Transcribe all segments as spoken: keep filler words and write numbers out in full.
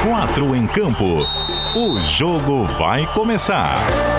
Quatro em campo. O jogo vai começar.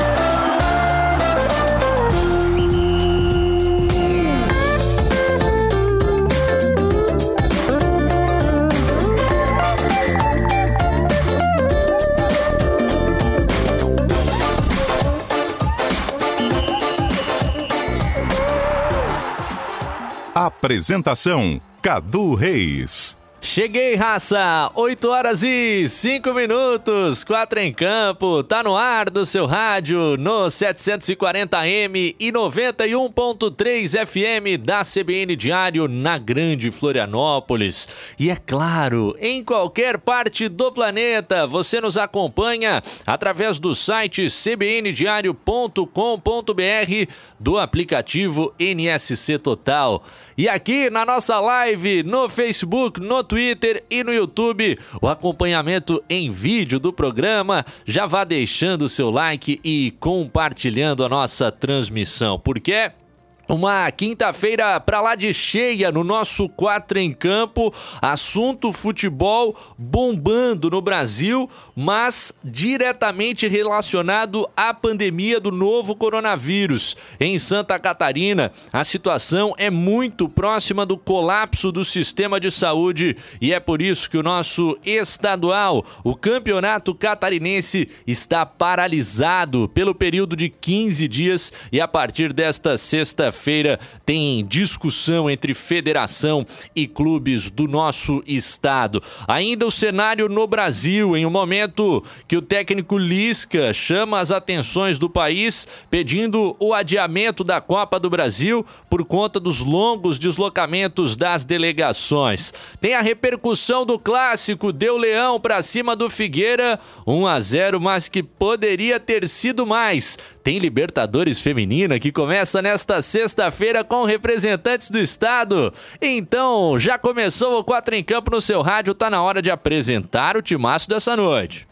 Apresentação: Cadu Reis. Cheguei, raça! oito horas e cinco minutos, quatro em campo, tá no ar do seu rádio, no setecentos e quarenta A M e noventa e um ponto três F M da C B N Diário, na Grande Florianópolis. E é claro, em qualquer parte do planeta, você nos acompanha através do site c b n diário ponto com ponto b r, do aplicativo N S C Total. E aqui na nossa live, no Facebook, no Twitter e no YouTube, o acompanhamento em vídeo do programa. Já vá deixando o seu like e compartilhando a nossa transmissão, porque uma quinta-feira pra lá de cheia no nosso Quatro em Campo, assunto futebol bombando no Brasil, mas diretamente relacionado à pandemia do novo coronavírus. Em Santa Catarina, a situação é muito próxima do colapso do sistema de saúde e é por isso que o nosso estadual, o Campeonato Catarinense, está paralisado pelo período de quinze dias e a partir desta sexta-feira feira tem discussão entre federação e clubes do nosso estado. Ainda o cenário no Brasil, em um momento que o técnico Lisca chama as atenções do país, pedindo o adiamento da Copa do Brasil por conta dos longos deslocamentos das delegações. Tem a repercussão do clássico, deu Leão para cima do Figueira, um a zero, mas que poderia ter sido mais. Tem Libertadores Feminina que começa nesta sexta-feira com representantes do estado. Então, já começou o Quatro em Campo no seu rádio, tá na hora de apresentar o timaço dessa noite.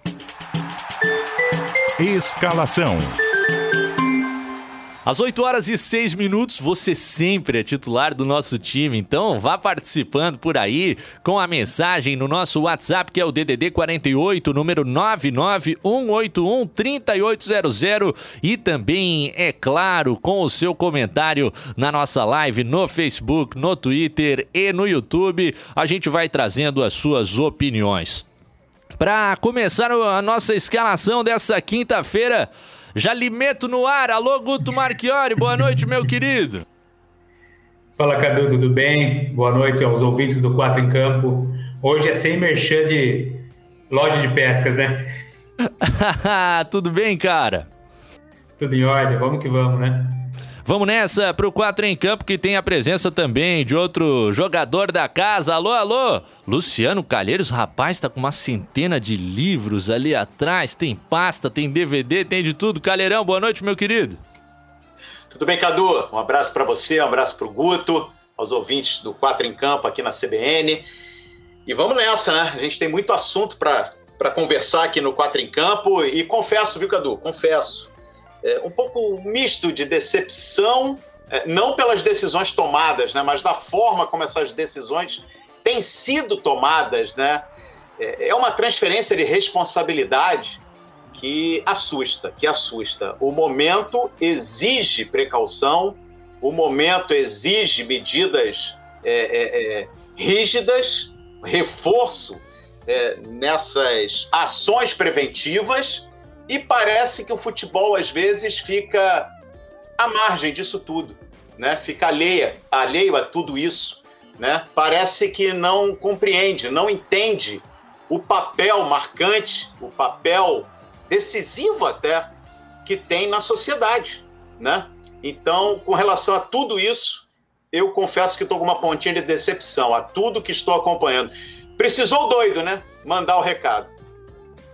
Escalação. Às oito horas e seis minutos, você sempre é titular do nosso time, então vá participando por aí com a mensagem no nosso WhatsApp, que é o D D D quarenta e oito, número nove nove um oito um três oito zero zero, e também, é claro, com o seu comentário na nossa live no Facebook, no Twitter e no YouTube. A gente vai trazendo as suas opiniões. Para começar a nossa escalação dessa quinta-feira, já lhe meto no ar. Alô, Guto Marchiori, boa noite, meu querido. Fala, Cadu, tudo bem? Boa noite aos ouvintes do Quatro em Campo. Hoje é sem merchan de loja de pescas, né? Tudo bem, cara? Tudo em ordem, vamos que vamos, né? Vamos nessa pro Quatro em Campo, que tem a presença também de outro jogador da casa. Alô, alô, Luciano Calheiros. Rapaz, tá com uma centena de livros ali atrás. Tem pasta, tem D V D, tem de tudo. Calheirão, boa noite, meu querido. Tudo bem, Cadu? Um abraço para você, um abraço pro Guto, aos ouvintes do Quatro em Campo aqui na C B N. E vamos nessa, né? A gente tem muito assunto para para conversar aqui no Quatro em Campo. E confesso, viu, Cadu? Confesso. É um pouco misto de decepção, é, não pelas decisões tomadas, né, mas da forma como essas decisões têm sido tomadas, né? É, é uma transferência de responsabilidade que assusta, que assusta. O momento exige precaução, o momento exige medidas é, é, é, rígidas, reforço é, nessas ações preventivas. E parece que o futebol, às vezes, fica à margem disso tudo, né? Fica alheia, alheio a tudo isso, né? Parece que não compreende, não entende o papel marcante, o papel decisivo até, que tem na sociedade, né? Então, com relação a tudo isso, eu confesso que estou com uma pontinha de decepção a tudo que estou acompanhando. Precisou o doido, né? Mandar o recado.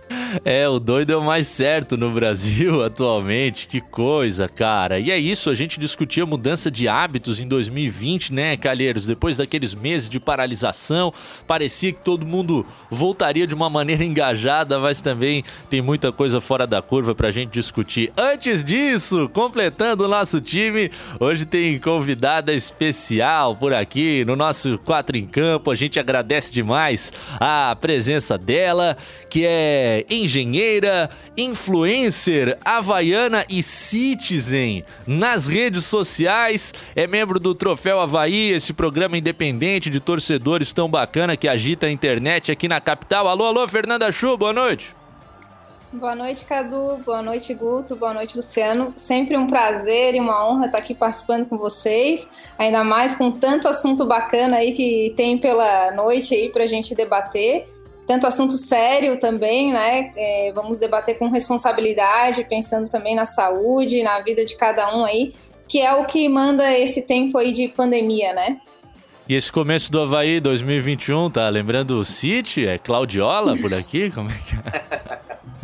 É, o doido é o mais certo no Brasil atualmente, que coisa, cara. E é isso, a gente discutia mudança de hábitos em dois mil e vinte, né, Calheiros? Depois daqueles meses de paralisação, parecia que todo mundo voltaria de uma maneira engajada, mas também tem muita coisa fora da curva pra gente discutir. Antes disso, completando o nosso time, hoje tem convidada especial por aqui no nosso Quatro em Campo. A gente agradece demais a presença dela, que é engenheira, influencer, havaiana e citizen nas redes sociais, é membro do Troféu Avaí, esse programa independente de torcedores tão bacana que agita a internet aqui na capital. Alô, alô, Fernanda Chu, boa noite. Boa noite, Cadu, boa noite, Guto, boa noite, Luciano. Sempre um prazer e uma honra estar aqui participando com vocês, ainda mais com tanto assunto bacana aí que tem pela noite aí pra gente debater. Tanto assunto sério também, né? É, vamos debater com responsabilidade, pensando também na saúde, na vida de cada um aí, que é o que manda esse tempo aí de pandemia, né? E esse começo do Avaí dois mil e vinte e um, tá lembrando o City? É Claudiola por aqui? Como é que é?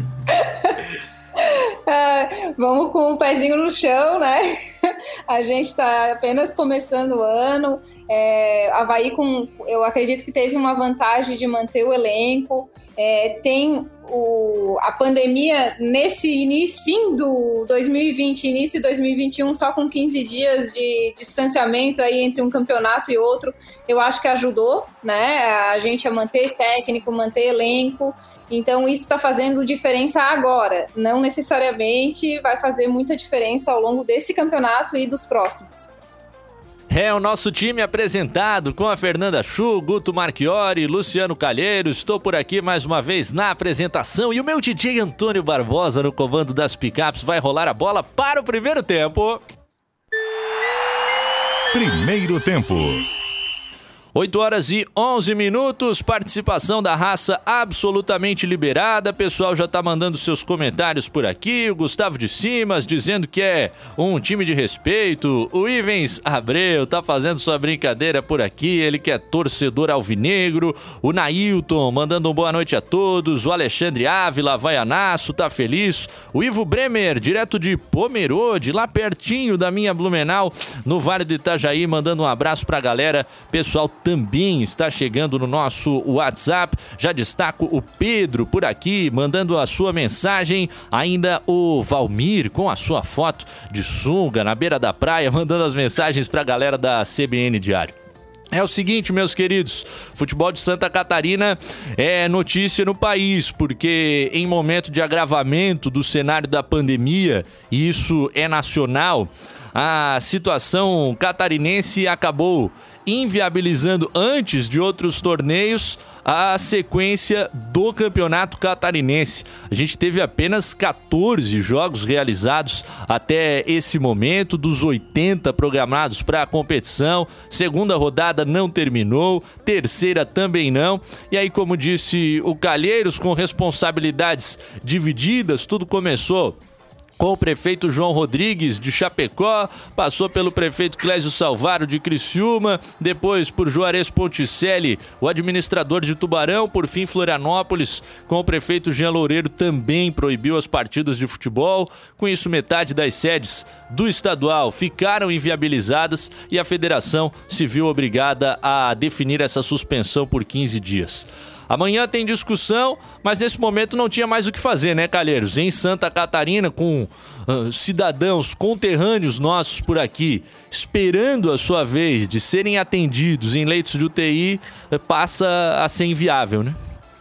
Ah, vamos com o pezinho no chão, né? A gente está apenas começando o ano. É, Avaí, com, eu acredito que teve uma vantagem de manter o elenco. É, tem o, a pandemia nesse início, fim do dois mil e vinte, início de dois mil e vinte e um, só com quinze dias de distanciamento aí entre um campeonato e outro, eu acho que ajudou, né? A gente a manter técnico, manter elenco. Então isso está fazendo diferença agora, não necessariamente vai fazer muita diferença ao longo desse campeonato e dos próximos. É o nosso time apresentado com a Fernanda Chu, Guto Marchiori, Luciano Calheiros. Estou por aqui mais uma vez na apresentação e o meu D J Antônio Barbosa no comando das picapes vai rolar a bola para o primeiro tempo. Primeiro tempo. oito horas e onze minutos, participação da raça absolutamente liberada. Pessoal já tá mandando seus comentários por aqui. O Gustavo de Simas dizendo que é um time de respeito. O Ivens Abreu tá fazendo sua brincadeira por aqui. Ele que é torcedor alvinegro. O Nailton mandando um boa noite a todos. O Alexandre Ávila, havaianaço, tá feliz. O Ivo Bremer, direto de Pomerode, lá pertinho da minha Blumenau, no Vale do Itajaí, mandando um abraço pra galera. Pessoal também está chegando no nosso WhatsApp. Já destaco o Pedro por aqui, mandando a sua mensagem. Ainda o Valmir com a sua foto de sunga na beira da praia, mandando as mensagens para a galera da C B N Diário. É o seguinte, meus queridos, futebol de Santa Catarina é notícia no país, porque em momento de agravamento do cenário da pandemia, e isso é nacional, a situação catarinense acabou inviabilizando antes de outros torneios a sequência do campeonato catarinense. A gente teve apenas quatorze jogos realizados até esse momento, dos oitenta programados para a competição. Segunda rodada não terminou, terceira também não. E aí, como disse o Calheiros, com responsabilidades divididas, tudo começou com o prefeito João Rodrigues de Chapecó, passou pelo prefeito Clésio Salvaro de Criciúma, depois por Juarez Ponticelli, o administrador de Tubarão, por fim Florianópolis, com o prefeito Jean Loureiro, também proibiu as partidas de futebol. Com isso, metade das sedes do estadual ficaram inviabilizadas e a federação se viu obrigada a definir essa suspensão por quinze dias. Amanhã tem discussão, mas nesse momento não tinha mais o que fazer, né, Calheiros? Em Santa Catarina, com uh, cidadãos conterrâneos nossos por aqui, esperando a sua vez de serem atendidos em leitos de U T I, uh, passa a ser inviável, né?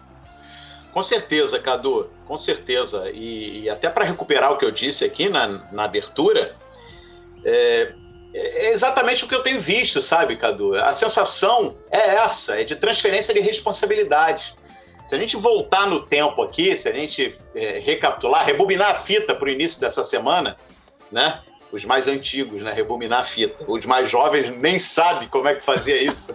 Com certeza, Cadu, com certeza. E, e até para recuperar o que eu disse aqui na, na abertura, é... é exatamente o que eu tenho visto, sabe, Cadu? A sensação é essa, é de transferência de responsabilidade. Se a gente voltar no tempo aqui, se a gente é, recapitular, rebobinar a fita para o início dessa semana, né? Os mais antigos, né? Rebobinar a fita. Os mais jovens nem sabem como é que fazia isso.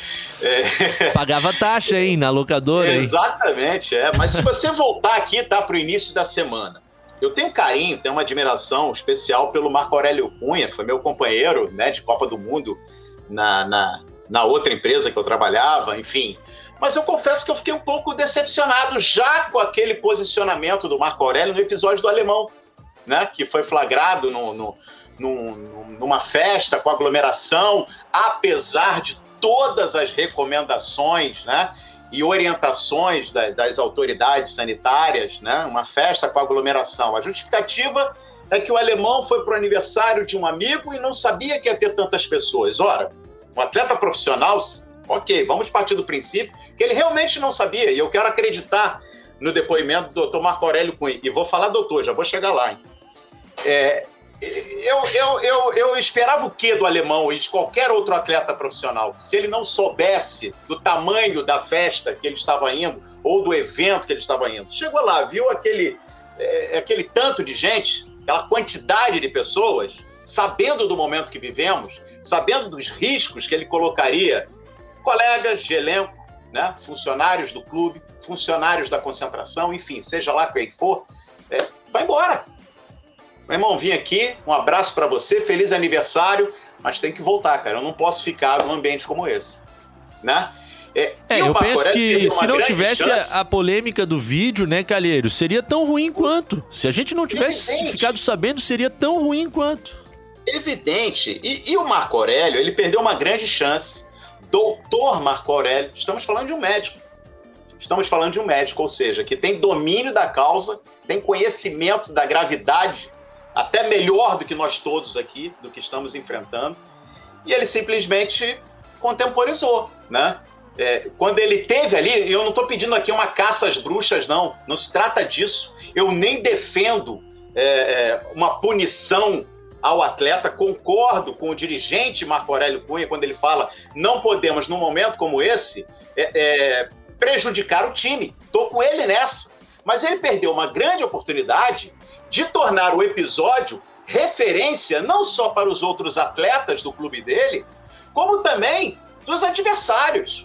É... Pagava taxa aí na locadora. Exatamente, é. Mas se você voltar aqui, tá, para o início da semana, eu tenho carinho, tenho uma admiração especial pelo Marco Aurélio Cunha, foi meu companheiro, né, de Copa do Mundo na, na, na outra empresa que eu trabalhava, enfim. Mas eu confesso que eu fiquei um pouco decepcionado já com aquele posicionamento do Marco Aurélio no episódio do Alemão, né? Que foi flagrado no, no, no, numa festa com aglomeração, apesar de todas as recomendações, né? E orientações da, das autoridades sanitárias, né? Uma festa com aglomeração. A justificativa é que o Alemão foi para o aniversário de um amigo e não sabia que ia ter tantas pessoas. Ora, um atleta profissional, ok, vamos partir do princípio que ele realmente não sabia, e eu quero acreditar no depoimento do doutor Marco Aurélio Cunha. E vou falar doutor, já vou chegar lá, hein? É, eu, eu, eu, eu esperava o quê do Alemão e de qualquer outro atleta profissional? Se ele não soubesse do tamanho da festa que ele estava indo, ou do evento que ele estava indo. Chegou lá, viu aquele, é, aquele tanto de gente, aquela quantidade de pessoas, sabendo do momento que vivemos, sabendo dos riscos que ele colocaria, colegas de elenco, né, funcionários do clube, funcionários da concentração, enfim, seja lá quem for, é, vai embora. Meu irmão, vim aqui, um abraço para você, feliz aniversário, mas tem que voltar, cara, eu não posso ficar num ambiente como esse, né? É, é eu penso que se não tivesse a, a polêmica do vídeo, né, Calheiro, seria tão ruim quanto. Se a gente não tivesse Evidente. ficado sabendo, seria tão ruim quanto. Evidente. E, e o Marco Aurélio, ele perdeu uma grande chance. Doutor Marco Aurélio, estamos falando de um médico. Estamos falando de um médico, ou seja, que tem domínio da causa, tem conhecimento da gravidade, até melhor do que nós todos aqui, do que estamos enfrentando. E ele simplesmente contemporizou, né? É, quando ele teve ali, eu não estou pedindo aqui uma caça às bruxas, não. Não se trata disso. Eu nem defendo é, é, uma punição ao atleta. Concordo com o dirigente Marco Aurélio Cunha quando ele fala não podemos, num momento como esse, é, é, prejudicar o time. Estou com ele nessa. Mas ele perdeu uma grande oportunidade de tornar o episódio referência não só para os outros atletas do clube dele, como também dos adversários.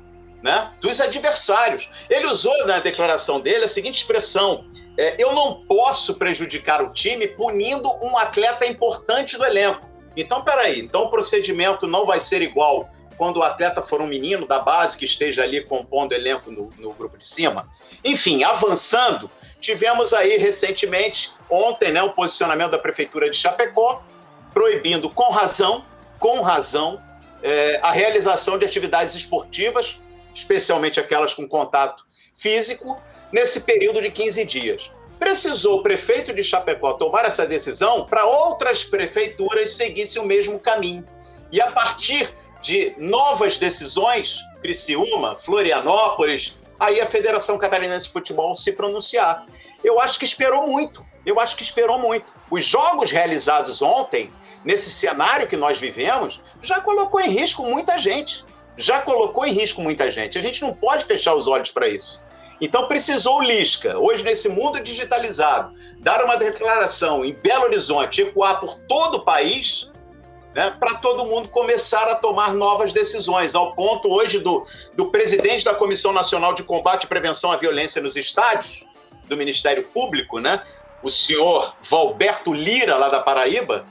Né, dos adversários. Ele usou na declaração dele a seguinte expressão: é, eu não posso prejudicar o time punindo um atleta importante do elenco. Então, peraí, então o procedimento não vai ser igual quando o atleta for um menino da base que esteja ali compondo o elenco no, no grupo de cima? Enfim, avançando, tivemos aí recentemente, ontem, né, o posicionamento da Prefeitura de Chapecó, proibindo com razão, com razão, é, a realização de atividades esportivas, especialmente aquelas com contato físico, nesse período de quinze dias. Precisou o prefeito de Chapecó tomar essa decisão para outras prefeituras seguissem o mesmo caminho. E a partir de novas decisões, Criciúma, Florianópolis, aí a Federação Catarinense de Futebol se pronunciar. Eu acho que esperou muito, eu acho que esperou muito. Os jogos realizados ontem, nesse cenário que nós vivemos, já colocou em risco muita gente. Já colocou em risco muita gente. A gente não pode fechar os olhos para isso. Então precisou o Lisca, hoje nesse mundo digitalizado, dar uma declaração em Belo Horizonte, ecoar por todo o país, né, para todo mundo começar a tomar novas decisões, ao ponto hoje do, do presidente da Comissão Nacional de Combate e Prevenção à Violência nos Estádios, do Ministério Público, né, o senhor Valberto Lira, lá da Paraíba,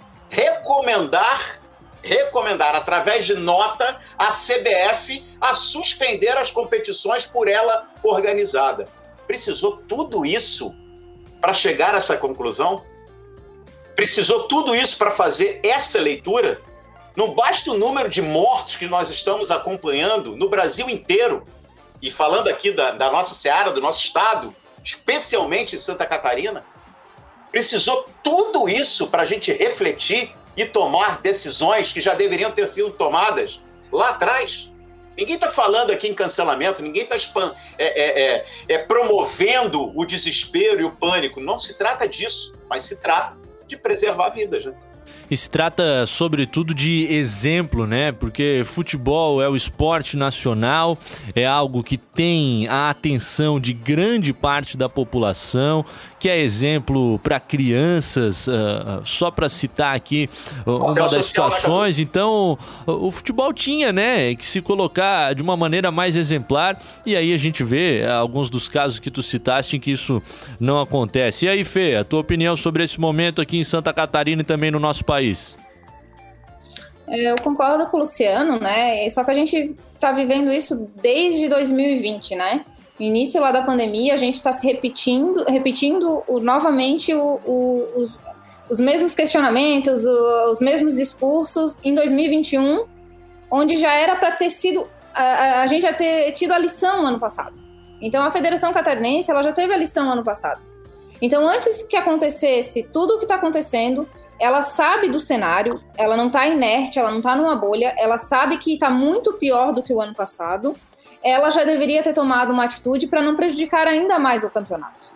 recomendar recomendar, através de nota, a C B F a suspender as competições por ela organizada. Precisou tudo isso para chegar a essa conclusão? Precisou tudo isso para fazer essa leitura? Não basta o número de mortos que nós estamos acompanhando no Brasil inteiro, e falando aqui da, da nossa seara, do nosso estado, especialmente em Santa Catarina? Precisou tudo isso para a gente refletir e tomar decisões que já deveriam ter sido tomadas lá atrás? Ninguém está falando aqui em cancelamento, ninguém está é, é, é, é, promovendo o desespero e o pânico. Não se trata disso, mas se trata de preservar vidas, né? E se trata, sobretudo, de exemplo, né? Porque futebol é o esporte nacional, é algo que tem a atenção de grande parte da população, que é exemplo para crianças, uh, só para citar aqui uma das situações. Então, o futebol tinha, né, que se colocar de uma maneira mais exemplar, e aí a gente vê alguns dos casos que tu citaste em que isso não acontece. E aí, Fê, a tua opinião sobre esse momento aqui em Santa Catarina e também no nosso país? Eu concordo com o Luciano, né? Só que a gente está vivendo isso desde dois mil e vinte, né? No início lá da pandemia, a gente está se repetindo, repetindo o, novamente o, o, os, os mesmos questionamentos, o, os mesmos discursos em dois mil e vinte e um, onde já era para ter sido, a, a gente já ter tido a lição no ano passado. Então, a Federação Catarinense, ela já teve a lição no ano passado. Então, antes que acontecesse tudo o que está acontecendo, ela sabe do cenário, ela não está inerte, ela não está numa bolha, ela sabe que está muito pior do que o ano passado, ela já deveria ter tomado uma atitude para não prejudicar ainda mais o campeonato.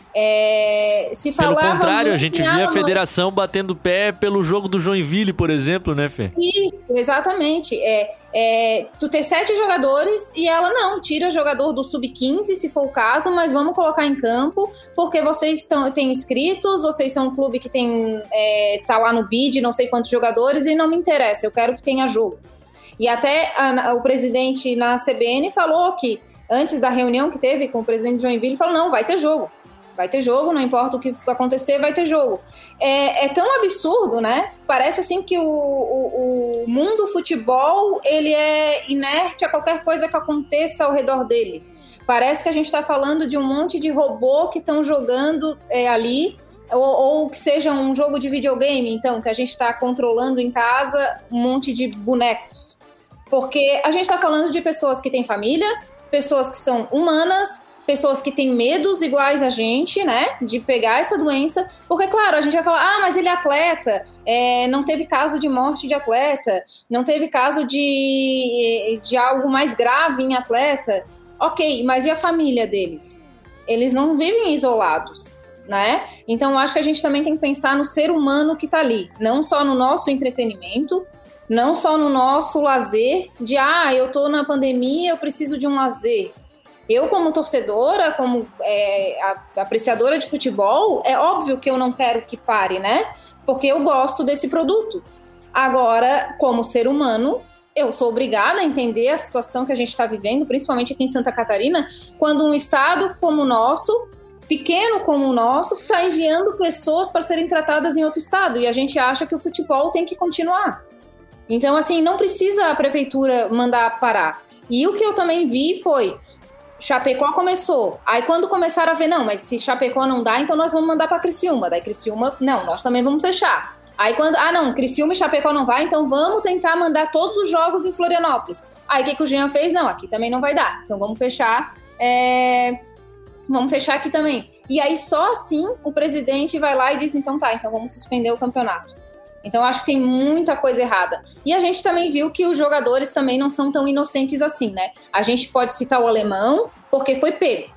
É, se pelo contrário, a gente via a no... federação batendo pé pelo jogo do Joinville, por exemplo, né, Fê? Isso, exatamente. É, é, tu ter sete jogadores e ela não, tira jogador do sub quinze, se for o caso, mas vamos colocar em campo, porque vocês tão, têm inscritos, vocês são um clube que tem, é, tá lá no bid, não sei quantos jogadores, e não me interessa, eu quero que tenha jogo. E até a, o presidente na C B N falou que, antes da reunião que teve com o presidente de Joinville, falou, não, vai ter jogo. Vai ter jogo, não importa o que acontecer, vai ter jogo. É, é tão absurdo, né? Parece assim que o, o, o mundo futebol, ele é inerte a qualquer coisa que aconteça ao redor dele. Parece que a gente está falando de um monte de robô que estão jogando é, ali, ou, ou que seja um jogo de videogame, então, que a gente está controlando em casa um monte de bonecos. Porque a gente está falando de pessoas que têm família, pessoas que são humanas, pessoas que têm medos iguais a gente, né, de pegar essa doença, porque, claro, a gente vai falar, ah, mas ele é atleta, é, não teve caso de morte de atleta, não teve caso de, de algo mais grave em atleta. Ok, mas e a família deles? Eles não vivem isolados, né? Então, eu acho que a gente também tem que pensar no ser humano que tá ali, não só no nosso entretenimento, não só no nosso lazer, de, ah, eu tô na pandemia, eu preciso de um lazer. Eu, como torcedora, como é, a, apreciadora de futebol, é óbvio que eu não quero que pare, né? Porque eu gosto desse produto. Agora, como ser humano, eu sou obrigada a entender a situação que a gente está vivendo, principalmente aqui em Santa Catarina, quando um estado como o nosso, pequeno como o nosso, está enviando pessoas para serem tratadas em outro estado. E a gente acha que o futebol tem que continuar. Então, assim, não precisa a prefeitura mandar parar. E o que eu também vi foi... Chapecó começou, aí quando começaram a ver, não, mas se Chapecó não dá, então nós vamos mandar para Criciúma, daí Criciúma, não, nós também vamos fechar. Aí quando, ah não, Criciúma e Chapecó não vai, então vamos tentar mandar todos os jogos em Florianópolis. Aí o que, que o Jean fez? Não, aqui também não vai dar, então vamos fechar, é... vamos fechar aqui também. E aí só assim o presidente vai lá e diz, então tá, então vamos suspender o campeonato. Então, eu acho que tem muita coisa errada. E a gente também viu que os jogadores também não são tão inocentes assim, né? A gente pode citar o alemão, porque foi pego.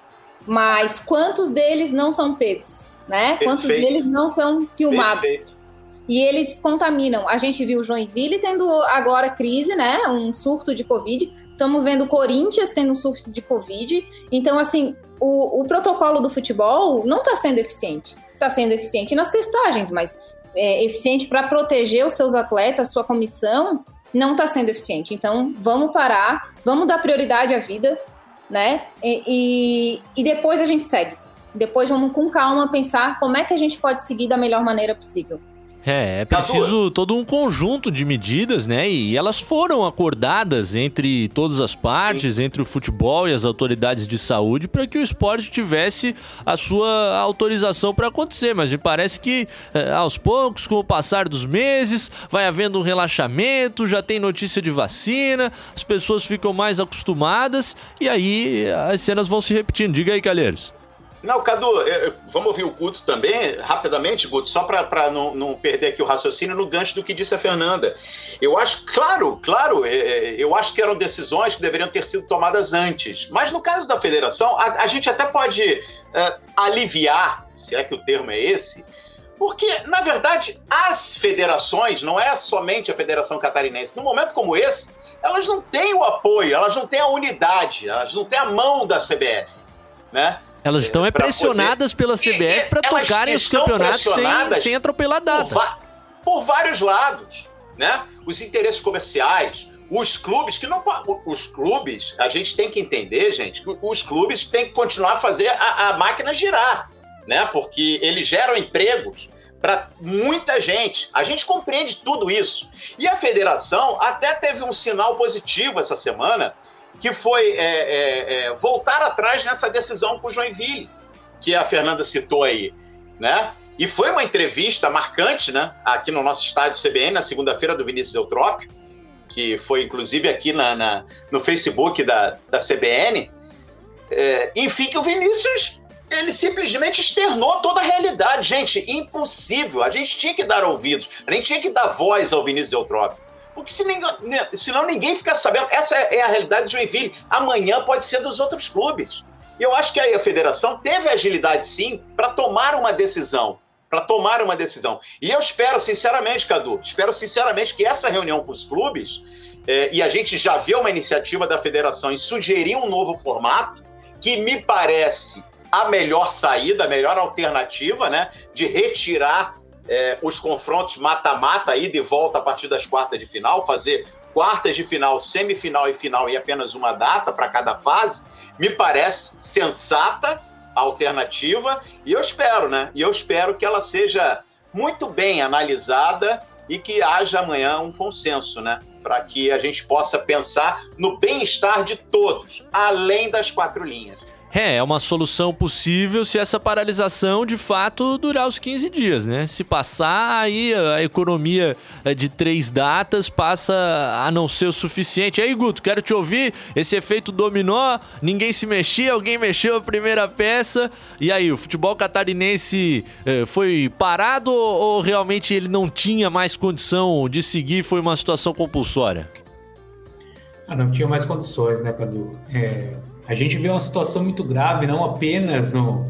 Mas quantos deles não são pegos, né? Perfeito. Quantos deles não são filmados? Perfeito. E eles contaminam. A gente viu o Joinville tendo agora crise, né? Um surto de Covid. Estamos vendo o Corinthians tendo um surto de Covid. Então, assim, o, o protocolo do futebol não está sendo eficiente. Está sendo eficiente nas testagens, mas... É, eficiente para proteger os seus atletas, sua comissão, não está sendo eficiente. Então, vamos parar, vamos dar prioridade à vida, né? E, e, e depois a gente segue. Depois vamos com calma pensar como é que a gente pode seguir da melhor maneira possível. É, é preciso todo um conjunto de medidas, né? E elas foram acordadas entre todas as partes, Sim. entre o futebol e as autoridades de saúde, para que o esporte tivesse a sua autorização para acontecer. Mas me parece que é, aos poucos, com o passar dos meses, vai havendo um relaxamento, já tem notícia de vacina, as pessoas ficam mais acostumadas e aí as cenas vão se repetindo. Diga aí, Calheiros. Não, Cadu, vamos ouvir o Guto também, rapidamente, Guto, só para não, não perder aqui o raciocínio no gancho do que disse a Fernanda. Eu acho, claro, claro, eu acho que eram decisões que deveriam ter sido tomadas antes, mas no caso da federação, a, a gente até pode uh, aliviar, se é que o termo é esse, porque, na verdade, as federações, não é somente a Federação Catarinense, num momento como esse, elas não têm o apoio, elas não têm a unidade, elas não têm a mão da C B F, né? Elas estão é, pressionadas poder... pela C B F para tocarem os campeonatos sem, sem atropelar a data. Por, por vários lados, né? Os interesses comerciais, os clubes, que não os clubes, a gente tem que entender, gente, que os clubes têm que continuar a fazer a, a máquina girar, né? Porque eles geram empregos para muita gente. A gente compreende tudo isso. E a federação até teve um sinal positivo essa semana, que foi é, é, é, voltar atrás nessa decisão com o Joinville, que a Fernanda citou aí, né? E foi uma entrevista marcante, né, aqui no nosso estádio C B N, na segunda-feira, do Vinícius Eutrópio, que foi, inclusive, aqui na, na, no Facebook da, da C B N. É, enfim, que o Vinícius, ele simplesmente externou toda a realidade. Gente, impossível. A gente tinha que dar ouvidos, a gente tinha que dar voz ao Vinícius Eutrópio. Porque se ninguém, senão ninguém fica sabendo. Essa é a realidade de Joinville. Amanhã pode ser dos outros clubes. E eu acho que a federação teve agilidade, sim, para tomar uma decisão. Para tomar uma decisão. E eu espero, sinceramente, Cadu, espero sinceramente que essa reunião com os clubes, eh, e a gente já vê uma iniciativa da federação em sugerir um novo formato, que me parece a melhor saída, a melhor alternativa, né, de retirar eh, os confrontos mata-mata, ida e volta a partir das quartas de final, fazer quartas de final, semifinal e final e apenas uma data para cada fase, me parece sensata alternativa, e eu espero, né? E eu espero que ela seja muito bem analisada e que haja amanhã um consenso, né? Para que a gente possa pensar no bem-estar de todos, além das quatro linhas. É, é uma solução possível se essa paralisação de fato durar os quinze dias, né? Se passar, aí a economia de três datas passa a não ser o suficiente. Aí, Guto, quero te ouvir. Esse efeito dominó, ninguém se mexia, alguém mexeu a primeira peça. E aí, o futebol catarinense eh, foi parado ou, ou realmente ele não tinha mais condição de seguir? Foi uma situação compulsória? Ah, não tinha mais condições, né, Cadu? É... A gente vê uma situação muito grave, não apenas no,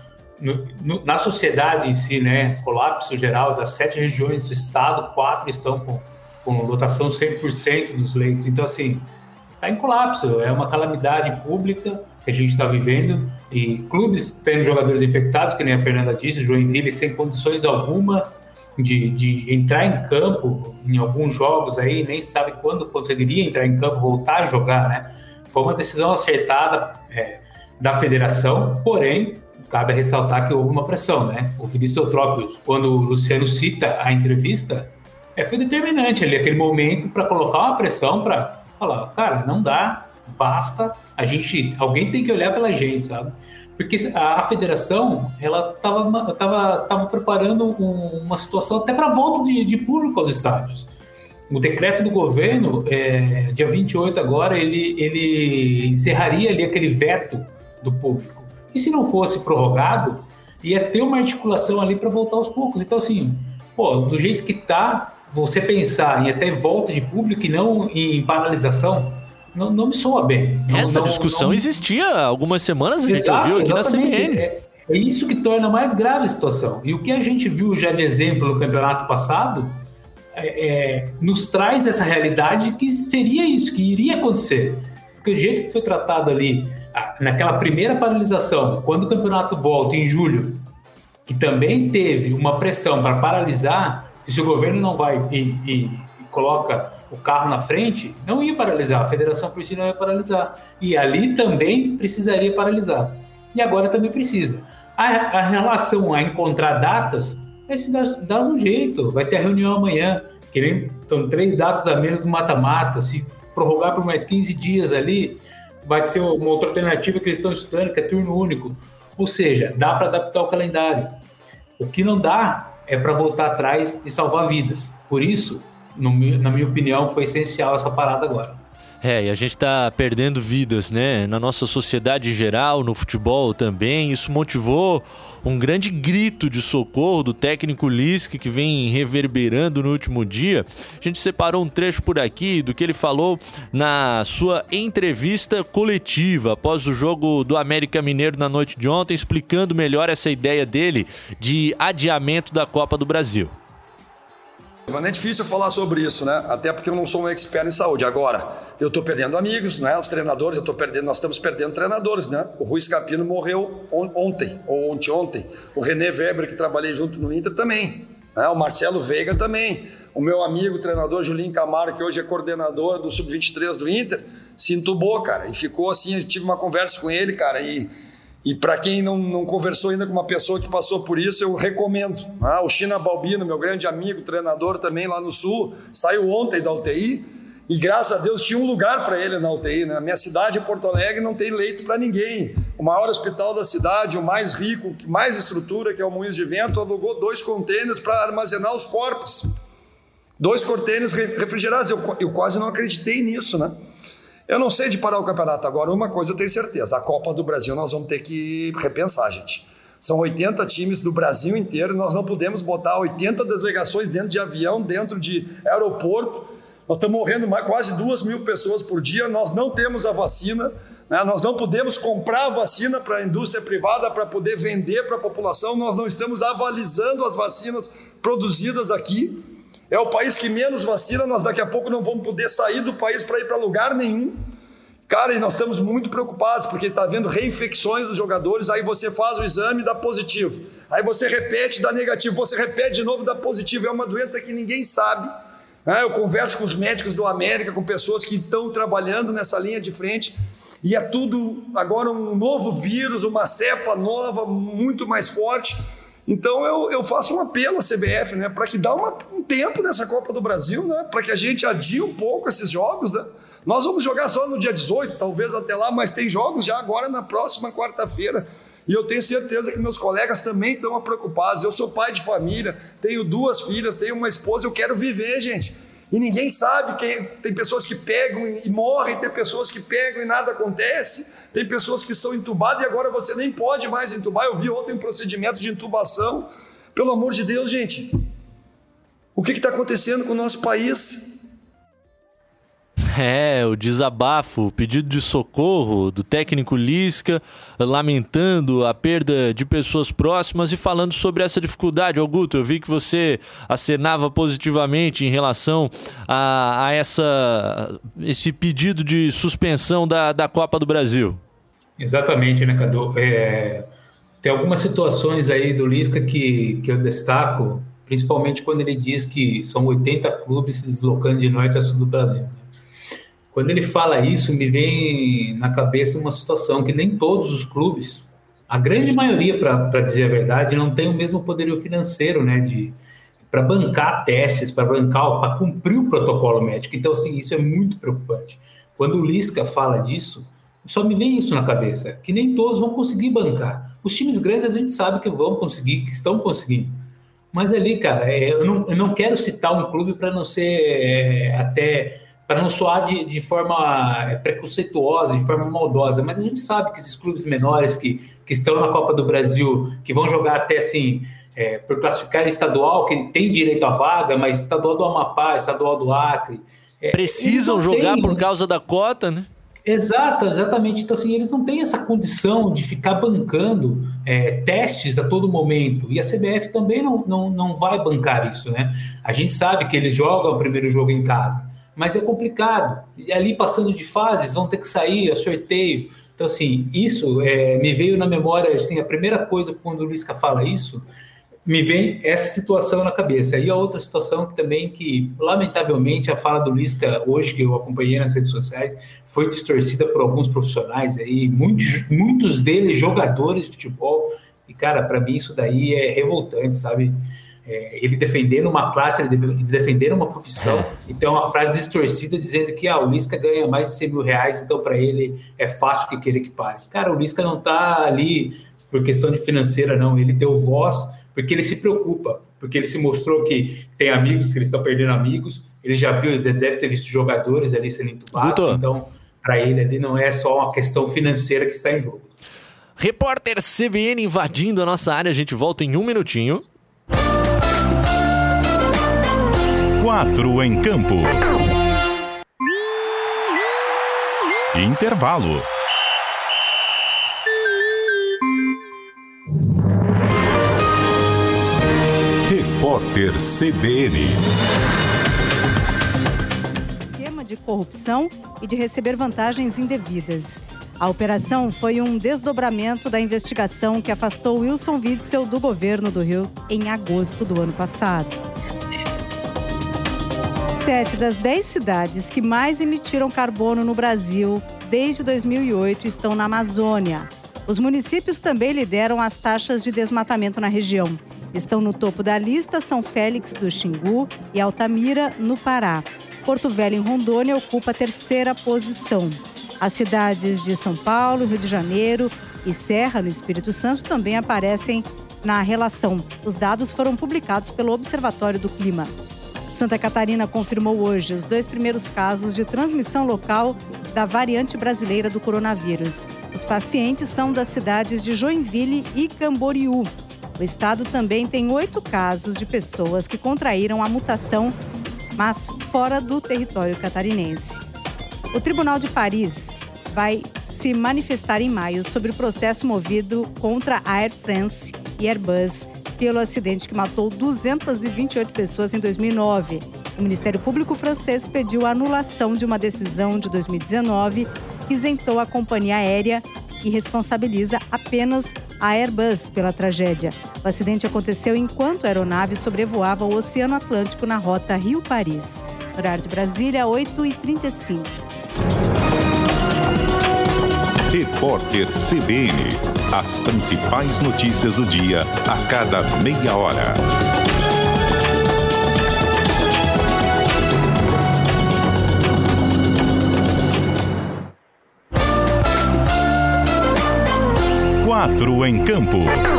no, no, na sociedade em si, né? Colapso geral das sete regiões do estado, quatro estão com, com lotação cem por cento dos leitos. Então, assim, está em colapso. É uma calamidade pública que a gente está vivendo. E clubes tendo jogadores infectados, que nem a Fernanda disse, Joinville sem condições alguma de, de entrar em campo em alguns jogos aí, nem sabe quando conseguiria entrar em campo, voltar a jogar, né? Foi uma decisão acertada é, da federação, porém, cabe ressaltar que houve uma pressão, né? O Vinícius Eutrópio, quando o Luciano cita a entrevista, é, foi determinante ali, aquele momento, para colocar uma pressão, para falar, cara, não dá, basta, a gente, alguém tem que olhar pela gente, sabe? Porque a, a federação, ela estava tava, tava preparando um, uma situação até para a volta de, de público aos estádios. O decreto do governo, é, dia vinte e oito agora, ele, ele encerraria ali aquele veto do público. E se não fosse prorrogado, ia ter uma articulação ali para voltar aos poucos. Então, assim, pô, do jeito que tá, você pensar em até volta de público e não em paralisação, não, não me soa bem. Não, Essa não, discussão não... existia há algumas semanas, a gente Exato, ouviu aqui exatamente. na C B N. É, é isso que torna mais grave a situação. E o que a gente viu já de exemplo no campeonato passado, É, é, nos traz essa realidade que seria isso, que iria acontecer. Porque o jeito que foi tratado ali, naquela primeira paralisação, quando o campeonato volta em julho, que também teve uma pressão para paralisar, que se o governo não vai e, e, e coloca o carro na frente, não ia paralisar, a federação por si não ia paralisar. E ali também precisaria paralisar. E agora também precisa. A, a relação a encontrar datas, vai se dar, dar um jeito, vai ter a reunião amanhã, que nem estão três datas a menos no mata-mata, se prorrogar por mais quinze dias ali, vai ser uma outra alternativa que eles estão estudando, que é turno único, ou seja, dá para adaptar o calendário. O que não dá é para voltar atrás e salvar vidas, por isso, no, na minha opinião, foi essencial essa parada agora. É, e a gente tá perdendo vidas, né? Na nossa sociedade em geral, no futebol também. Isso motivou um grande grito de socorro do técnico Lisca, que vem reverberando no último dia. A gente separou um trecho por aqui do que ele falou na sua entrevista coletiva após o jogo do América Mineiro na noite de ontem, explicando melhor essa ideia dele de adiamento da Copa do Brasil. Mas é difícil falar sobre isso, né? Até porque eu não sou um expert em saúde. Agora, eu tô perdendo amigos, né? Os treinadores, eu tô perdendo, nós estamos perdendo treinadores, né? O Rui Scapino morreu on- ontem, ou ontem. O René Weber, que trabalhei junto no Inter, também. Né? O Marcelo Veiga também. O meu amigo, o treinador Julinho Camargo, que hoje é coordenador do sub vinte e três do Inter, se entubou, cara. E ficou assim, eu tive uma conversa com ele, cara, e... E para quem não, não conversou ainda com uma pessoa que passou por isso, eu recomendo. Ah, o China Balbino, meu grande amigo, treinador também lá no Sul, saiu ontem da U T I e graças a Deus tinha um lugar para ele na U T I. Né? A minha cidade, Porto Alegre, não tem leito para ninguém. O maior hospital da cidade, o mais rico, o que mais estrutura, que é o Moinhos de Vento, alugou dois contêineres para armazenar os corpos. Dois contêineres refrigerados. Eu, eu quase não acreditei nisso, né? Eu não sei de parar o campeonato agora, uma coisa eu tenho certeza, a Copa do Brasil nós vamos ter que repensar, gente. São oitenta times do Brasil inteiro e nós não podemos botar oitenta delegações dentro de avião, dentro de aeroporto. Nós estamos morrendo mais, quase duas mil pessoas por dia, nós não temos a vacina, né? Nós não podemos comprar a vacina para a indústria privada para poder vender para a população, nós não estamos avalizando as vacinas produzidas aqui. É o país que menos vacina, nós daqui a pouco não vamos poder sair do país para ir para lugar nenhum. Cara, e nós estamos muito preocupados, porque está havendo reinfecções dos jogadores, aí você faz o exame e dá positivo. Aí você repete, dá negativo, você repete de novo, dá positivo. É uma doença que ninguém sabe. Eu converso com os médicos do América, com pessoas que estão trabalhando nessa linha de frente, e é tudo agora um novo vírus, uma cepa nova, muito mais forte. Então eu, eu faço um apelo à C B F, né, para que dá uma, um tempo nessa Copa do Brasil, né, para que a gente adie um pouco esses jogos. Né? Nós vamos jogar só no dia dezoito, talvez até lá, mas tem jogos já agora na próxima quarta-feira. E eu tenho certeza que meus colegas também estão preocupados. Eu sou pai de família, tenho duas filhas, tenho uma esposa, eu quero viver, gente. E ninguém sabe, quem, tem pessoas que pegam e, e morrem, tem pessoas que pegam e nada acontece. Tem pessoas que são entubadas e agora você nem pode mais entubar. Eu vi ontem um procedimento de intubação. Pelo amor de Deus, gente. O que está acontecendo com o nosso país? É, o desabafo, o pedido de socorro do técnico Lisca, lamentando a perda de pessoas próximas e falando sobre essa dificuldade. Augusto, eu vi que você acenava positivamente em relação a, a essa, esse pedido de suspensão da, da Copa do Brasil. Exatamente, né, Cadu? É, tem algumas situações aí do Lisca que, que eu destaco, principalmente quando ele diz que são oitenta clubes se deslocando de norte a sul do Brasil. Quando ele fala isso, me vem na cabeça uma situação que nem todos os clubes, a grande maioria, para dizer a verdade, não tem o mesmo poderio financeiro, né, de para bancar testes, para bancar, para cumprir o protocolo médico. Então, assim, isso é muito preocupante. Quando o Lisca fala disso, só me vem isso na cabeça, que nem todos vão conseguir bancar. Os times grandes a gente sabe que vão conseguir, que estão conseguindo. Mas ali, cara, eu não, eu não quero citar um clube para não ser é, até... para não soar de, de forma preconceituosa, de forma maldosa, mas a gente sabe que esses clubes menores que, que estão na Copa do Brasil, que vão jogar até assim, é, por classificar estadual, que tem direito à vaga, mas estadual do Amapá, estadual do Acre... É, precisam jogar têm, por causa da cota, né? Exato, exatamente. Então, assim, eles não têm essa condição de ficar bancando é, testes a todo momento. E a C B F também não, não, não vai bancar isso, né? A gente sabe que eles jogam o primeiro jogo em casa, mas é complicado. E ali, passando de fases, vão ter que sair a sorteio. Então, assim, isso é, me veio na memória, assim, a primeira coisa, quando o Lisca fala isso, me vem essa situação na cabeça. E a outra situação que também, que lamentavelmente a fala do Lisca hoje, que eu acompanhei nas redes sociais, foi distorcida por alguns profissionais, aí, muitos, muitos deles jogadores de futebol, e cara, para mim isso daí é revoltante, sabe? É, ele defendendo uma classe, ele defendendo uma profissão, então uma frase distorcida dizendo que ah, o Lisca ganha mais de cem mil reais, então para ele é fácil que querer que pare. Cara, o Lisca não está ali por questão de financeira, não, ele deu voz porque ele se preocupa, porque ele se mostrou que tem amigos, que eles estão perdendo amigos, ele já viu, deve ter visto jogadores ali sendo entubados, Guto. Então para ele ali não é só uma questão financeira que está em jogo. Repórter C B N invadindo a nossa área, a gente volta em um minutinho. Quatro em campo. Intervalo. Repórter C B N. Esquema de corrupção e de receber vantagens indevidas. A operação foi um desdobramento da investigação que afastou Wilson Witzel do governo do Rio em agosto do ano passado. Sete das dez cidades que mais emitiram carbono no Brasil desde dois mil e oito estão na Amazônia. Os municípios também lideram as taxas de desmatamento na região. Estão no topo da lista São Félix do Xingu e Altamira, no Pará. Porto Velho, em Rondônia, ocupa a terceira posição. As cidades de São Paulo, Rio de Janeiro e Serra, no Espírito Santo, também aparecem na relação. Os dados foram publicados pelo Observatório do Clima. Santa Catarina confirmou hoje os dois primeiros casos de transmissão local da variante brasileira do coronavírus. Os pacientes são das cidades de Joinville e Camboriú. O estado também tem oito casos de pessoas que contraíram a mutação, mas fora do território catarinense. O Tribunal de Paris vai se manifestar em maio sobre o processo movido contra a Air France e Airbus pelo acidente que matou duzentas e vinte e oito pessoas em dois mil e nove. O Ministério Público francês pediu a anulação de uma decisão de dois mil e dezenove que isentou a companhia aérea e responsabiliza apenas a Airbus pela tragédia. O acidente aconteceu enquanto a aeronave sobrevoava o Oceano Atlântico na rota Rio-Paris. Horário de Brasília, oito e trinta e cinco. Repórter C B N. As principais notícias do dia a cada meia hora. Quatro em campo.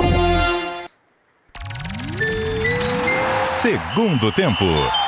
Segundo tempo.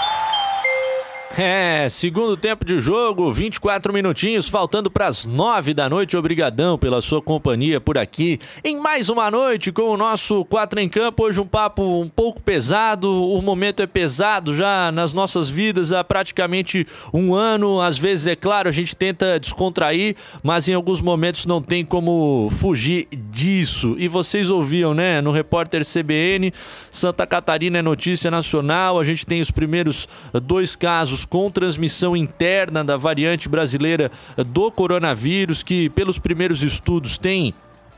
É, segundo tempo de jogo, vinte e quatro minutinhos, faltando para as nove da noite. Obrigadão pela sua companhia por aqui em mais uma noite com o nosso Quatro em Campo. Hoje um papo um pouco pesado, o momento é pesado já nas nossas vidas há praticamente um ano. Às vezes, é claro, a gente tenta descontrair, mas em alguns momentos não tem como fugir disso. E vocês ouviam, né, no Repórter C B N, Santa Catarina é notícia nacional. A gente tem os primeiros dois casos com transmissão interna da variante brasileira do coronavírus, que pelos primeiros estudos tem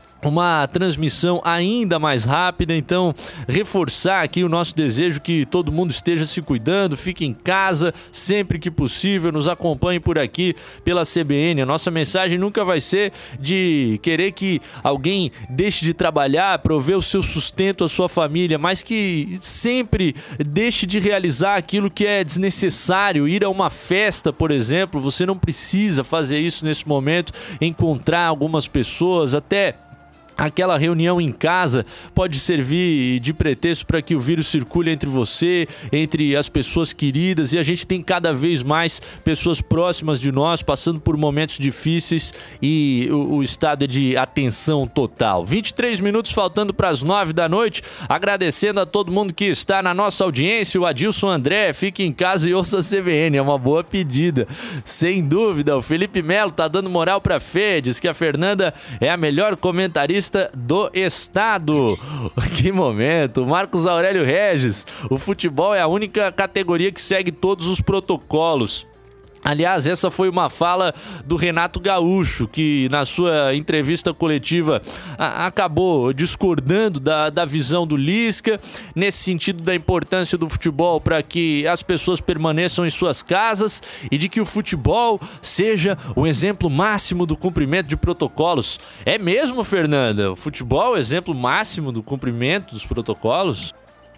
uma transmissão ainda mais rápida. Então, reforçar aqui o nosso desejo que todo mundo esteja se cuidando, fique em casa sempre que possível, nos acompanhe por aqui pela C B N. A nossa mensagem nunca vai ser de querer que alguém deixe de trabalhar, prover o seu sustento à sua família, mas que sempre deixe de realizar aquilo que é desnecessário. Ir a uma festa, por exemplo, você não precisa fazer isso nesse momento, encontrar algumas pessoas, até aquela reunião em casa pode servir de pretexto para que o vírus circule entre você, entre as pessoas queridas, e a gente tem cada vez mais pessoas próximas de nós passando por momentos difíceis e o, o estado é de atenção total. vinte e três minutos faltando para as nove da noite, agradecendo a todo mundo que está na nossa audiência. O Adilson André, fique em casa e ouça a C B N, é uma boa pedida, sem dúvida. O Felipe Melo tá dando moral para Fê, diz que a Fernanda é a melhor comentarista do estado. Que momento. Marcos Aurélio Regis, o futebol é a única categoria que segue todos os protocolos. Aliás, essa foi uma fala do Renato Gaúcho, que na sua entrevista coletiva a, acabou discordando da, da visão do Lisca, nesse sentido da importância do futebol para que as pessoas permaneçam em suas casas e de que o futebol seja o exemplo máximo do cumprimento de protocolos. É mesmo, Fernanda? O futebol é o exemplo máximo do cumprimento dos protocolos?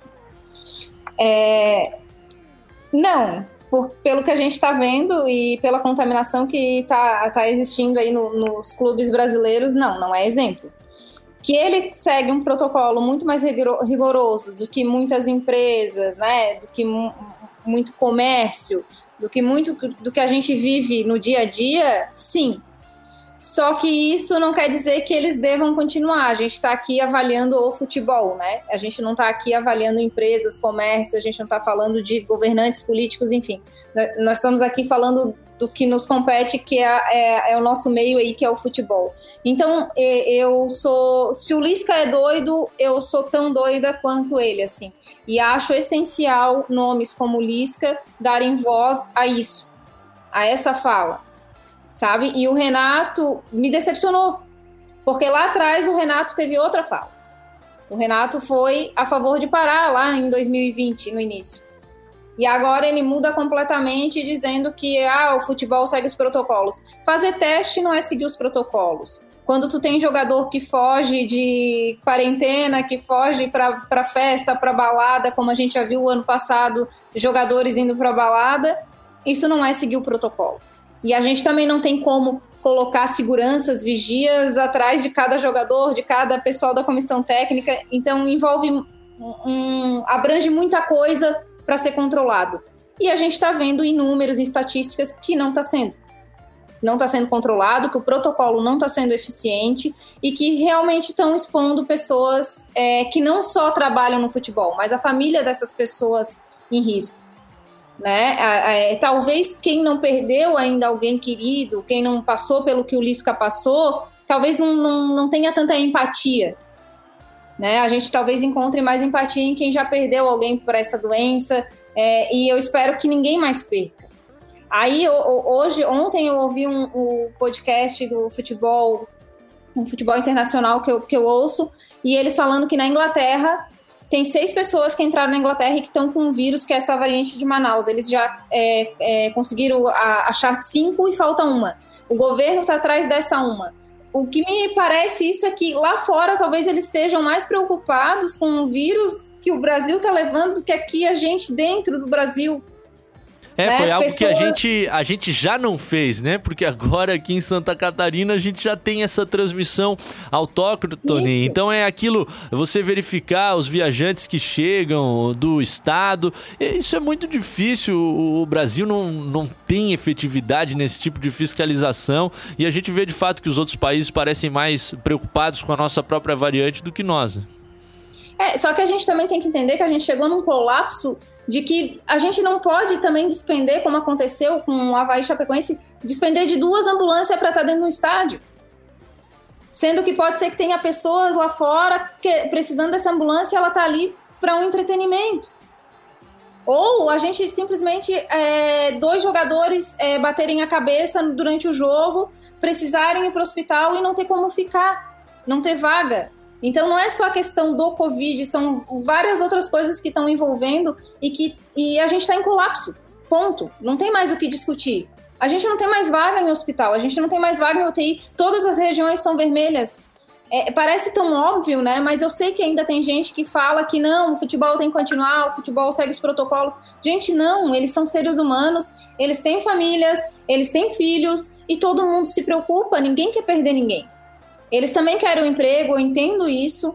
É... Não. Por, pelo que a gente está vendo e pela contaminação que está tá existindo aí no, nos clubes brasileiros, não, não é exemplo. Que ele segue um protocolo muito mais rigoroso do que muitas empresas, né, do que mu- muito comércio, do que muito do que a gente vive no dia a dia, sim. Só que isso não quer dizer que eles devam continuar. A gente está aqui avaliando o futebol, né? A gente não está aqui avaliando empresas, comércio, a gente não está falando de governantes políticos, enfim. Nós estamos aqui falando do que nos compete, que é, é, é o nosso meio aí, que é o futebol. Então, eu sou... Se o Lisca é doido, eu sou tão doida quanto ele, assim. E acho essencial nomes como Lisca darem voz a isso, a essa fala. Sabe? E o Renato me decepcionou, porque lá atrás o Renato teve outra fala. O Renato foi a favor de parar lá em dois mil e vinte, no início. E agora ele muda completamente, dizendo que ah, o futebol segue os protocolos. Fazer teste não é seguir os protocolos. quando tu tem jogador que foge de quarentena, que foge para festa, para balada, como a gente já viu o ano passado, jogadores indo para balada, isso não é seguir o protocolo. E a gente também não tem como colocar seguranças, vigias atrás de cada jogador, de cada pessoal da comissão técnica, então envolve, um, abrange muita coisa para ser controlado. E a gente está vendo em números, em estatísticas, que não está sendo. Não está sendo controlado, que o protocolo não está sendo eficiente e que realmente estão expondo pessoas é, que não só trabalham no futebol, mas a família dessas pessoas em risco. Né? É, é, talvez quem não perdeu ainda alguém querido, quem não passou pelo que o Lisca passou, talvez não, não, não tenha tanta empatia. Né? A gente talvez encontre mais empatia em quem já perdeu alguém por essa doença, é, e eu espero que ninguém mais perca. Aí, hoje, ontem eu ouvi um, um podcast do futebol, um futebol internacional que eu, que eu ouço, e eles falando que na Inglaterra tem seis pessoas que entraram na Inglaterra e que estão com o vírus, que é essa variante de Manaus. Eles já é, é, conseguiram a, achar cinco e falta uma. O governo está atrás dessa uma. O que me parece isso é que lá fora talvez eles estejam mais preocupados com o vírus que o Brasil está levando do que aqui a gente dentro do Brasil. É, né? foi algo Pessoas... que a gente, a gente já não fez, né? Porque agora aqui em Santa Catarina a gente já tem essa transmissão autóctone. Isso. Então é aquilo, você verificar os viajantes que chegam do estado. Isso é muito difícil. O Brasil não, não tem efetividade nesse tipo de fiscalização. E a gente vê de fato que os outros países parecem mais preocupados com a nossa própria variante do que nós. É, só que a gente também tem que entender que a gente chegou num colapso de que a gente não pode também despender, como aconteceu com o Avaí Chapecoense, despender de duas ambulâncias para estar dentro do estádio. Sendo que pode ser que tenha pessoas lá fora que, precisando dessa ambulância, ela está ali para um entretenimento. Ou a gente simplesmente, é, dois jogadores é, baterem a cabeça durante o jogo, precisarem ir para o hospital e não ter como ficar, não ter vaga. Então não é só a questão do Covid, são várias outras coisas que estão envolvendo e que e a gente está em colapso, ponto. Não tem mais o que discutir. A gente não tem mais vaga em hospital, a gente não tem mais vaga em U T I, todas as regiões estão vermelhas. É, parece tão óbvio, né? Mas eu sei que ainda tem gente que fala que não, o futebol tem que continuar, o futebol segue os protocolos. Gente, não, eles são seres humanos, eles têm famílias, eles têm filhos e todo mundo se preocupa, ninguém quer perder ninguém. Eles também querem um emprego, eu entendo isso.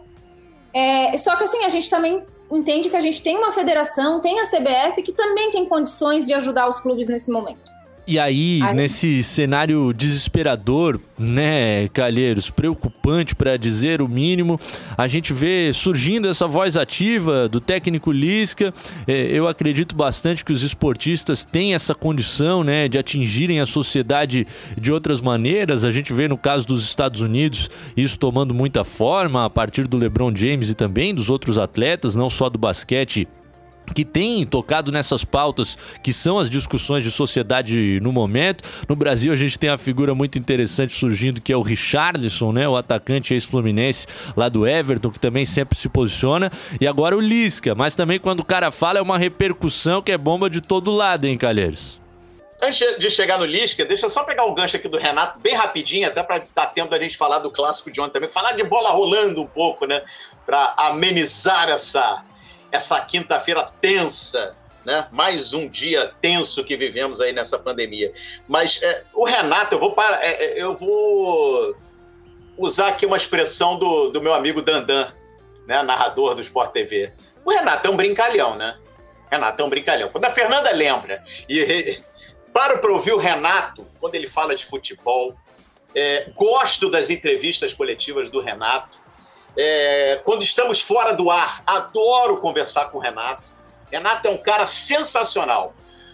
É, só que assim, a gente também entende que a gente tem uma federação, tem a C B F, que também tem condições de ajudar os clubes nesse momento. E aí, aí, nesse cenário desesperador, né, Calheiros, preocupante para dizer o mínimo, a gente vê surgindo essa voz ativa do técnico Lisca. Eu acredito bastante que os esportistas têm essa condição, né, de atingirem a sociedade de outras maneiras. A gente vê no caso dos Estados Unidos isso tomando muita forma a partir do LeBron James e também dos outros atletas, não só do basquete, que tem tocado nessas pautas que são as discussões de sociedade no momento. No Brasil a gente tem uma figura muito interessante surgindo, que é o Richarlison, né, o atacante ex-fluminense lá do Everton, que também sempre se posiciona, e agora o Lisca, mas também quando o cara fala é uma repercussão que é bomba de todo lado, hein, Calheiros? Antes de chegar no Lisca, deixa eu só pegar o gancho aqui do Renato, bem rapidinho, até para dar tempo da gente falar do clássico de ontem também, falar de bola rolando um pouco, né, para amenizar essa... essa quinta-feira tensa, né? Mais um dia tenso que vivemos aí nessa pandemia. Mas é, o Renato, eu vou, para, é, eu vou usar aqui uma expressão do, do meu amigo Dandan, né? Narrador do Sport T V. O Renato é um brincalhão, né? Renato é um brincalhão. Quando a Fernanda lembra, e, e paro para ouvir o Renato, quando ele fala de futebol, é, gosto das entrevistas coletivas do Renato. É, quando estamos fora do ar, adoro conversar com o Renato. Renato é um cara sensacional.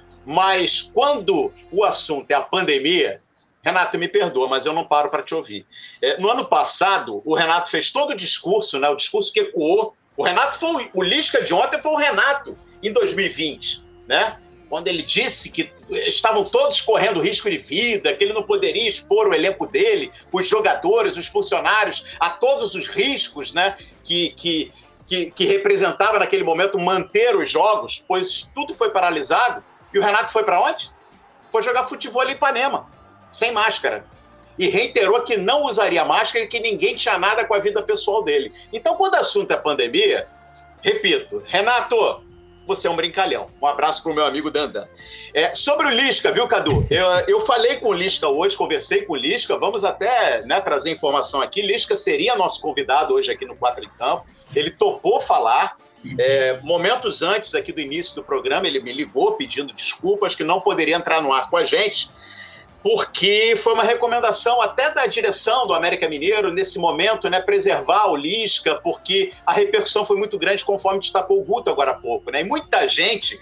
Mas quando o assunto é a pandemia, Renato, me perdoa, mas eu não paro para te ouvir. É, no ano passado, o Renato fez todo o discurso, né, o discurso que ecoou. O Renato foi o Lisca de ontem, foi o Renato em dois mil e vinte, né? Quando ele disse que estavam todos correndo risco de vida, que ele não poderia expor o elenco dele, os jogadores, os funcionários, a todos os riscos, né, que, que, que, que representava naquele momento manter os jogos, pois tudo foi paralisado. E o Renato foi para onde? Foi jogar futebol em Ipanema, sem máscara. e reiterou que não usaria máscara e que ninguém tinha nada com a vida pessoal dele. Então, quando o assunto é pandemia, repito, Renato, você é um brincalhão. Um abraço pro meu amigo Dandan. É, sobre o Lisca, viu, Cadu? Eu, eu falei com o Lisca hoje, conversei com o Lisca, vamos até, né, trazer informação aqui. Lisca seria nosso convidado hoje aqui no Quatro em Campo. Ele topou falar. É, momentos antes aqui do início do programa, ele me ligou pedindo desculpas que não poderia entrar no ar com a gente, porque foi uma recomendação até da direção do América Mineiro, nesse momento, né, preservar o Lisca, porque a repercussão foi muito grande, conforme destacou o Guto agora há pouco, né? E muita gente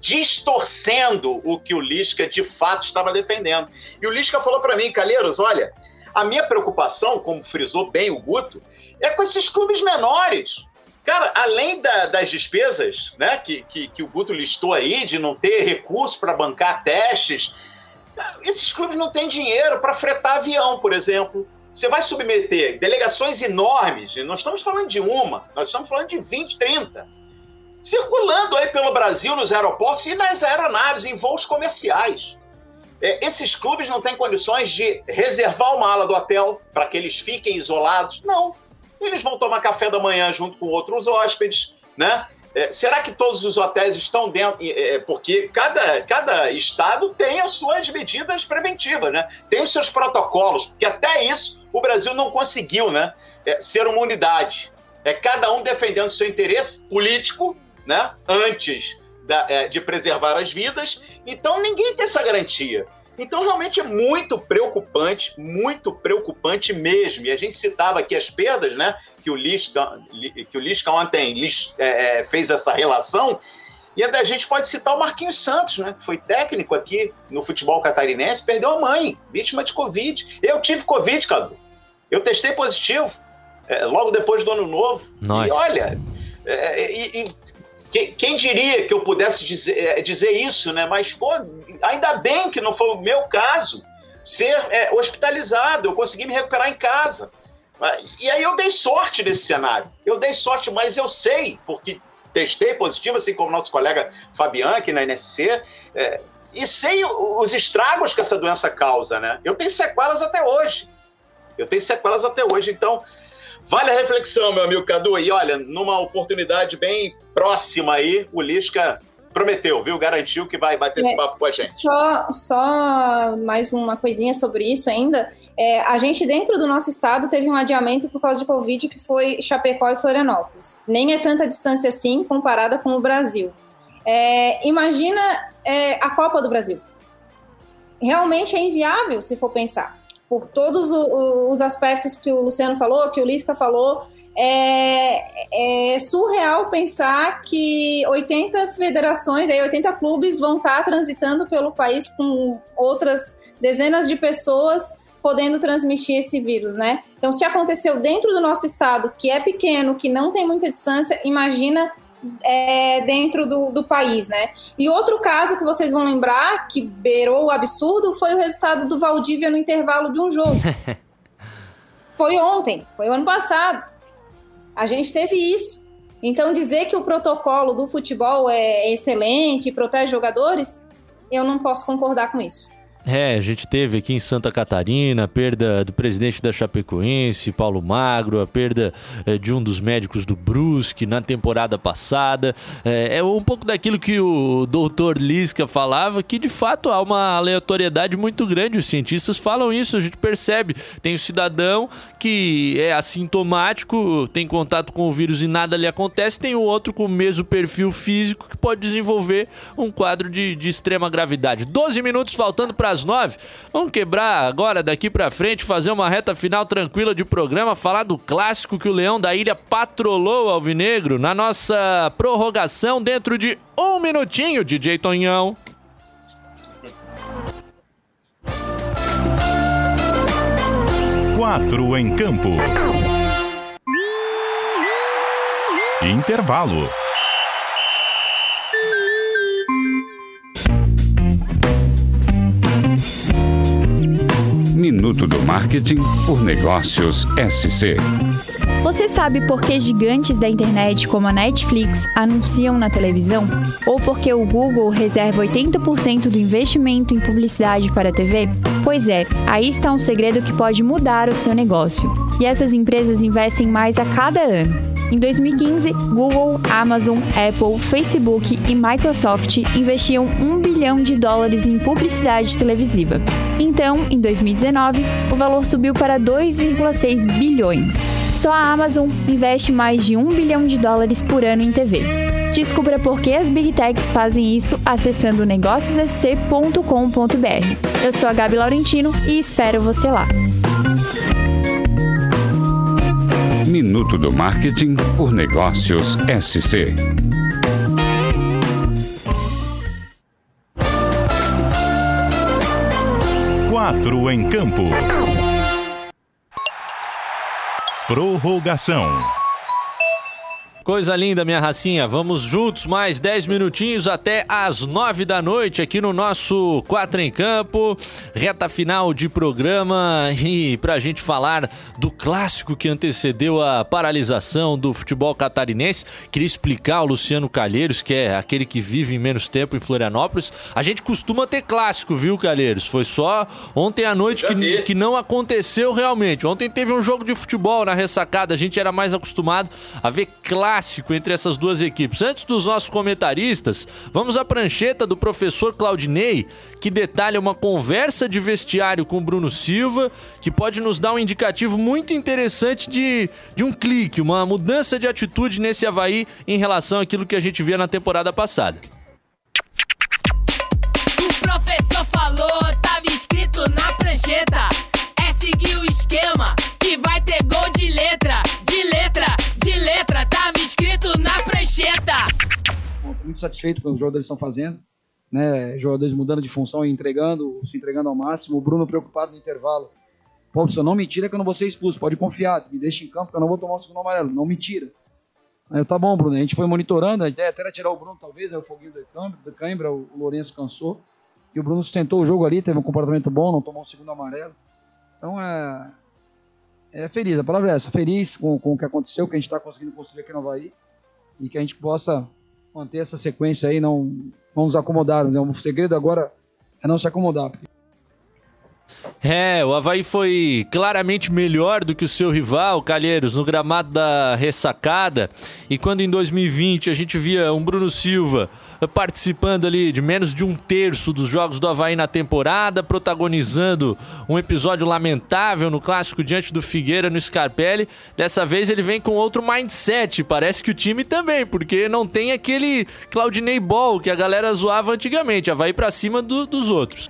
distorcendo o que o Lisca de fato estava defendendo. E o Lisca falou para mim, Calheiros, olha, a minha preocupação, como frisou bem o Guto, é com esses clubes menores. Cara, além da, das despesas, né, que, que, que o Guto listou aí, de não ter recurso para bancar testes, esses clubes não têm dinheiro para fretar avião, por exemplo. Você vai submeter delegações enormes, não estamos falando de uma, nós estamos falando de vinte, trinta, circulando aí pelo Brasil nos aeroportos e nas aeronaves, em voos comerciais. É, esses clubes não têm condições de reservar uma ala do hotel para que eles fiquem isolados. Não. Eles vão tomar café da manhã junto com outros hóspedes, né? É, será que todos os hotéis estão dentro? É, porque cada, cada estado tem as suas medidas preventivas, né? Tem os seus protocolos, porque até isso o Brasil não conseguiu, né? É, ser uma unidade. É cada um defendendo seu interesse político, né? Antes da, é, de preservar as vidas. Então ninguém tem essa garantia. Então, realmente é muito preocupante, muito preocupante mesmo. E a gente citava aqui as perdas, né? Que o Lisca, que o Lisca ontem é, fez essa relação. E a gente pode citar o Marquinhos Santos, né? Que foi técnico aqui no futebol catarinense, perdeu a mãe, vítima de Covid. Eu tive Covid, Cadu. Eu testei positivo, é, logo depois do Ano Novo. Nossa. E olha, é, e, e, Quem, quem diria que eu pudesse dizer, dizer isso, né? Mas, pô, ainda bem que não foi o meu caso ser é, hospitalizado, eu consegui me recuperar em casa. E aí eu dei sorte nesse cenário. Eu dei sorte, mas eu sei, porque testei positivo, assim como nosso colega Fabian aqui na N S C, é, e sei os estragos que essa doença causa, né? Eu tenho sequelas até hoje. Eu tenho sequelas até hoje, então... Vale a reflexão, meu amigo Cadu. E olha, numa oportunidade bem próxima aí, o Lisca prometeu, viu? Garantiu que vai bater é, esse papo com a gente. Só, só mais uma coisinha sobre isso ainda. É, a gente, dentro do nosso estado, teve um adiamento por causa de Covid, que foi Chapecó e Florianópolis. Nem é tanta distância assim comparada com o Brasil. É, imagina é, a Copa do Brasil. Realmente é inviável, se for pensar. Por todos os aspectos que o Luciano falou, que o Lisca falou, é, é surreal pensar que oitenta federações, oitenta clubes vão estar transitando pelo país com outras dezenas de pessoas podendo transmitir esse vírus, né? Então, se aconteceu dentro do nosso estado, que é pequeno, que não tem muita distância, imagina... É, dentro do, do país, né? E outro caso que vocês vão lembrar, que beirou o absurdo, foi o resultado do Valdívia no intervalo de um jogo. Foi ontem, foi o ano passado. A gente teve isso. Então, dizer que o protocolo do futebol é excelente, protege jogadores, eu não posso concordar com isso. É, a gente teve aqui em Santa Catarina a perda do presidente da Chapecoense, Paulo Magro, a perda é, de um dos médicos do Brusque na temporada passada. É, é um pouco daquilo que o doutor Lisca falava, que de fato há uma aleatoriedade muito grande. Os cientistas falam isso, a gente percebe. Tem o cidadão que é assintomático, tem contato com o vírus e nada lhe acontece. Tem o outro com o mesmo perfil físico que pode desenvolver um quadro de, de extrema gravidade. doze minutos faltando para as nove. Vamos quebrar agora, daqui pra frente, fazer uma reta final tranquila de programa, falar do clássico que o Leão da Ilha patrolou o Alvinegro na nossa prorrogação dentro de um minutinho, D J Tonhão. Quatro em campo. Intervalo. Minuto do Marketing por Negócios S C. Você sabe por que gigantes da internet como a Netflix anunciam na televisão? Ou por que o Google reserva oitenta por cento do investimento em publicidade para a T V? Pois é, aí está um segredo que pode mudar o seu negócio. E essas empresas investem mais a cada ano. Em dois mil e quinze, Google, Amazon, Apple, Facebook e Microsoft investiam um bilhão de dólares em publicidade televisiva. Então, em dois mil e dezenove, o valor subiu para dois vírgula seis bilhões. Só a Amazon investe mais de um bilhão de dólares por ano em T V. Descubra por que as Big Techs fazem isso acessando negócios e c ponto com ponto b r. Eu sou a Gabi Laurentino e espero você lá. Minuto do Marketing por Negócios S C. Quatro em campo. Prorrogação. Coisa linda, minha racinha. Vamos juntos mais dez minutinhos até às nove da noite aqui no nosso Quatro em Campo. Reta final de programa e pra gente falar do clássico que antecedeu a paralisação do futebol catarinense. Queria explicar ao Luciano Calheiros, que é aquele que vive em menos tempo em Florianópolis. A gente costuma ter clássico, viu, Calheiros? Foi só ontem à noite que, que não aconteceu realmente. Ontem teve um jogo de futebol na ressacada. A gente era mais acostumado a ver clássico clássico entre essas duas equipes. Antes dos nossos comentaristas, vamos à prancheta do professor Claudinei, que detalha uma conversa de vestiário com o Bruno Silva, que pode nos dar um indicativo muito interessante de, de um clique, uma mudança de atitude nesse Avaí em relação àquilo que a gente via na temporada passada. O professor falou, tava escrito na prancheta, é seguir o esquema que vai ter gol de letra, de letra, de letra, tava escrito na prancheta. Estou muito satisfeito com o que os jogadores estão fazendo, né? Jogadores mudando de função e entregando, se entregando ao máximo. O Bruno preocupado no intervalo. Pô, se eu não me tira que eu não vou ser expulso, pode confiar, me deixa em campo que eu não vou tomar o segundo amarelo, não me tira. Aí eu, tá bom, Bruno, a gente foi monitorando, a ideia até era tirar o Bruno talvez, aí o foguinho do Cãibra, do Cãibra, o Lourenço cansou, e o Bruno sustentou o jogo ali, teve um comportamento bom, não tomou o segundo amarelo. Então é... É feliz, a palavra é essa, feliz com, com o que aconteceu, que a gente está conseguindo construir aqui no Avaí e que a gente possa manter essa sequência aí, não, não nos acomodar, né? O segredo agora é não se acomodar. É, o Avaí foi claramente melhor do que o seu rival, Calheiros, no gramado da ressacada. E quando em dois mil e vinte a gente via um Bruno Silva participando ali de menos de um terço dos jogos do Avaí na temporada, protagonizando um episódio lamentável no clássico diante do Figueira no Scarpelli, dessa vez ele vem com outro mindset, parece que o time também, porque não tem aquele Claudinei Ball que a galera zoava antigamente, Avaí pra cima do, dos outros.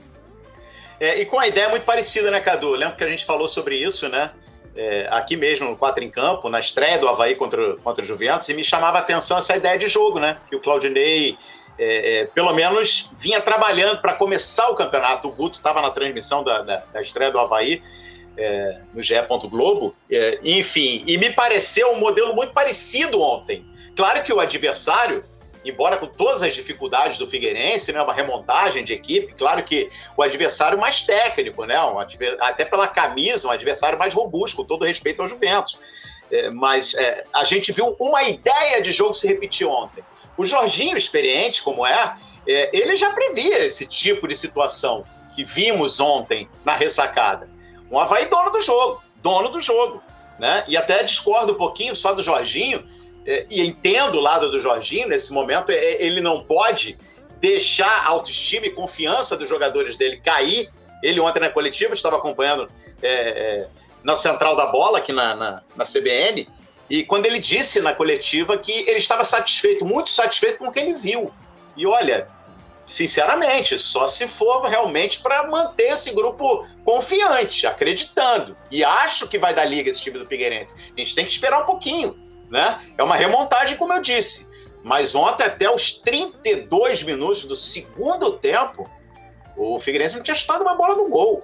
É, e com a ideia muito parecida, né, Cadu? Eu lembro que a gente falou sobre isso, né? É, aqui mesmo no Quatro em Campo, na estreia do Avaí contra, contra o Juventus, e me chamava a atenção essa ideia de jogo, né? Que o Claudinei, é, é, pelo menos, vinha trabalhando para começar o campeonato. O Guto estava na transmissão da, da, da estreia do Avaí, é, no G E. Globo. É, enfim, e me pareceu um modelo muito parecido ontem. Claro que o adversário, embora com todas as dificuldades do Figueirense, né, uma remontagem de equipe, claro que o adversário mais técnico, né, um adver... até pela camisa, um adversário mais robusto, com todo respeito ao Juventus. É, mas é, a gente viu uma ideia de jogo se repetir ontem. O Jorginho, experiente como é, é, ele já previa esse tipo de situação que vimos ontem na ressacada. Um Avaí dono do jogo, dono do jogo, né? E até discordo um pouquinho só do Jorginho, e entendo o lado do Jorginho, nesse momento ele não pode deixar a autoestima e confiança dos jogadores dele cair. Ele ontem na coletiva estava acompanhando é, é, na Central da Bola, aqui na, na, na C B N, e quando ele disse na coletiva que ele estava satisfeito, muito satisfeito com o que ele viu. E olha, sinceramente, só se for realmente para manter esse grupo confiante, acreditando. E acho que vai dar liga esse time do Figueirense. A gente tem que esperar um pouquinho. Né? É uma remontagem, como eu disse. Mas ontem, até os trinta e dois minutos do segundo tempo, o Figueirense não tinha chutado uma bola no gol.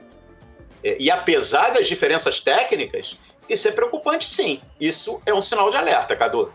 E apesar das diferenças técnicas, isso é preocupante, sim. Isso é um sinal de alerta, Cadu.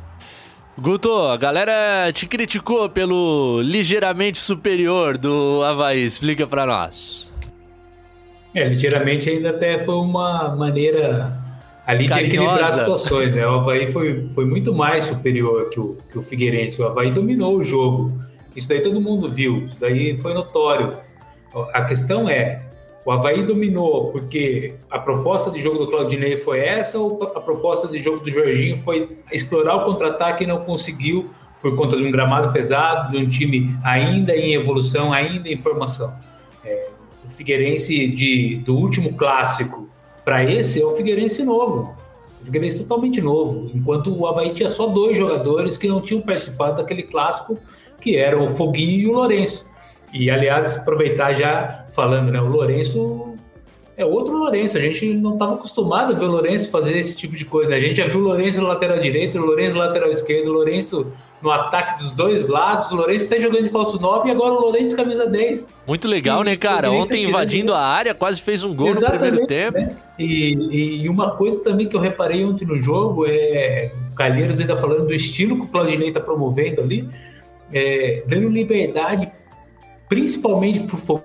Guto, a galera te criticou pelo ligeiramente superior do Avaí. Explica pra nós. É, ligeiramente ainda até foi uma maneira ali de carinhosa. equilibrar as situações, né? O Avaí foi, foi muito mais superior que o, que o Figueirense. O Avaí dominou o jogo. Isso daí todo mundo viu, isso daí foi notório. A questão é, o Avaí dominou porque a proposta de jogo do Claudinei foi essa ou a proposta de jogo do Jorginho foi explorar o contra-ataque e não conseguiu por conta de um gramado pesado, de um time ainda em evolução, ainda em formação? É, o Figueirense de, do último clássico para esse é o Figueirense novo, o Figueirense totalmente novo, enquanto o Avaí tinha só dois jogadores que não tinham participado daquele clássico, que eram o Foguinho e o Lourenço. E, aliás, aproveitar já falando, né? O Lourenço é outro Lourenço. A gente não estava acostumado a ver o Lourenço fazer esse tipo de coisa, né? A gente já viu o Lourenço no lateral direito, o Lourenço no lateral esquerdo, o Lourenço no ataque dos dois lados, o Lourenço até jogando de falso nove e agora o Lourenço camisa dez. Muito legal, e, né, cara? Ontem invadindo a área, quase fez um gol Exatamente, no primeiro tempo. Né? E, e uma coisa também que eu reparei ontem no jogo é o Calheiros ainda falando do estilo que o Claudinei está promovendo ali, é, dando liberdade principalmente para o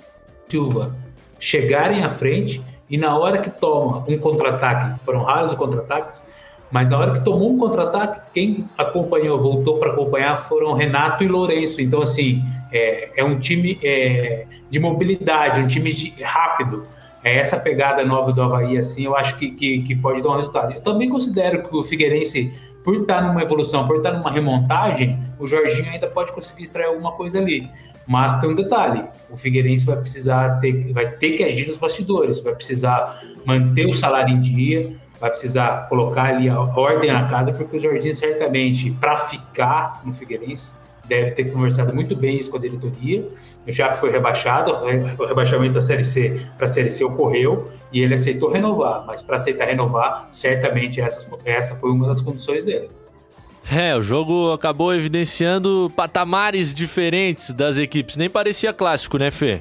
Silva chegarem à frente e na hora que toma um contra-ataque, foram raros os contra-ataques, mas na hora que tomou um contra-ataque, quem acompanhou, voltou para acompanhar foram Renato e Lourenço. Então, assim, é, é um time é, de mobilidade, um time de, rápido. É essa pegada nova do Avaí, assim, eu acho que, que, que pode dar um resultado. Eu também considero que o Figueirense, por estar numa evolução, por estar numa remontagem, o Jorginho ainda pode conseguir extrair alguma coisa ali. Mas tem um detalhe, o Figueirense vai precisar ter, vai ter que agir nos bastidores, vai precisar manter o salário em dia, vai precisar colocar ali a ordem na casa, porque o Jorginho certamente, para ficar no Figueirense, deve ter conversado muito bem isso com a diretoria, já que foi rebaixado, o rebaixamento da Série C para a Série C ocorreu e ele aceitou renovar, mas para aceitar renovar, certamente essa, essa foi uma das condições dele. É, o jogo acabou evidenciando patamares diferentes das equipes. Nem parecia clássico, né, Fê?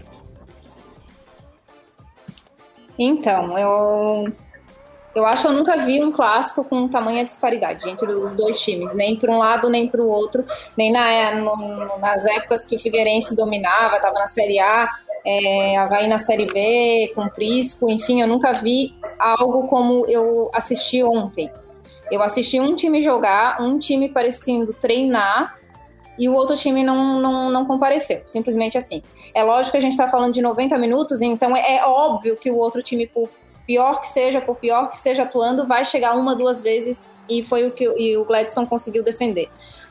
Então, eu, eu acho que eu nunca vi um clássico com tamanha disparidade entre os dois times. Nem para um lado, nem para o outro. Nem na, no, nas épocas que o Figueirense dominava, estava na Série A, é, Avaí na Série B, com Prisco. Enfim, eu nunca vi algo como eu assisti ontem. Eu assisti um time jogar, um time parecendo treinar e o outro time não, não, não compareceu, simplesmente assim. É lógico que a gente está falando de noventa minutos, então é, é óbvio que o outro time, por pior que seja, por pior que esteja atuando, vai chegar uma, duas vezes e foi o que e o Gladson conseguiu defender.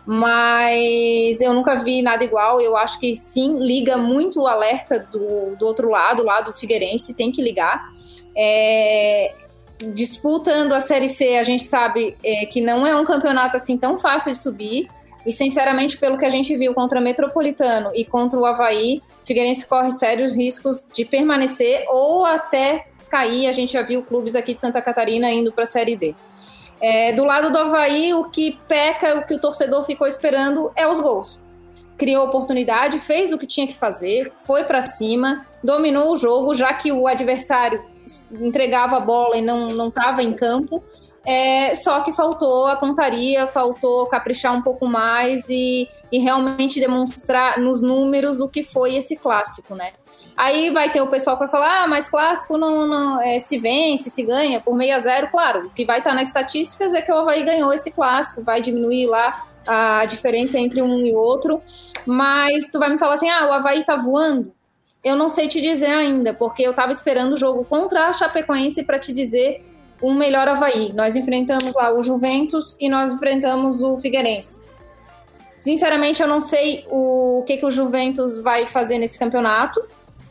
Mas eu nunca vi nada igual, eu acho que sim, liga muito o alerta do, do outro lado, lá do Figueirense, tem que ligar. É... Disputando a Série C, a gente sabe é, que não é um campeonato assim tão fácil de subir e, sinceramente, pelo que a gente viu contra o Metropolitano e contra o Avaí, Figueirense corre sérios riscos de permanecer ou até cair. A gente já viu clubes aqui de Santa Catarina indo para a Série D. É, do lado do Avaí, o que peca, o que o torcedor ficou esperando é os gols. Criou oportunidade, fez o que tinha que fazer, foi para cima, dominou o jogo, já que o adversário entregava a bola e não estava em campo, é, só que faltou a pontaria, faltou caprichar um pouco mais e, e realmente demonstrar nos números o que foi esse clássico, né? Aí vai ter o pessoal que vai falar, ah, mas clássico não, não é, se vence, se ganha por meio a zero, claro, o que vai estar nas estatísticas é que o Avaí ganhou esse clássico, vai diminuir lá a diferença entre um e outro, mas tu vai me falar assim, ah, o Avaí tá voando? Eu não sei te dizer ainda, porque eu estava esperando o jogo contra a Chapecoense para te dizer um melhor Avaí. Nós enfrentamos lá o Juventus e nós enfrentamos o Figueirense. Sinceramente, eu não sei o que, que o Juventus vai fazer nesse campeonato.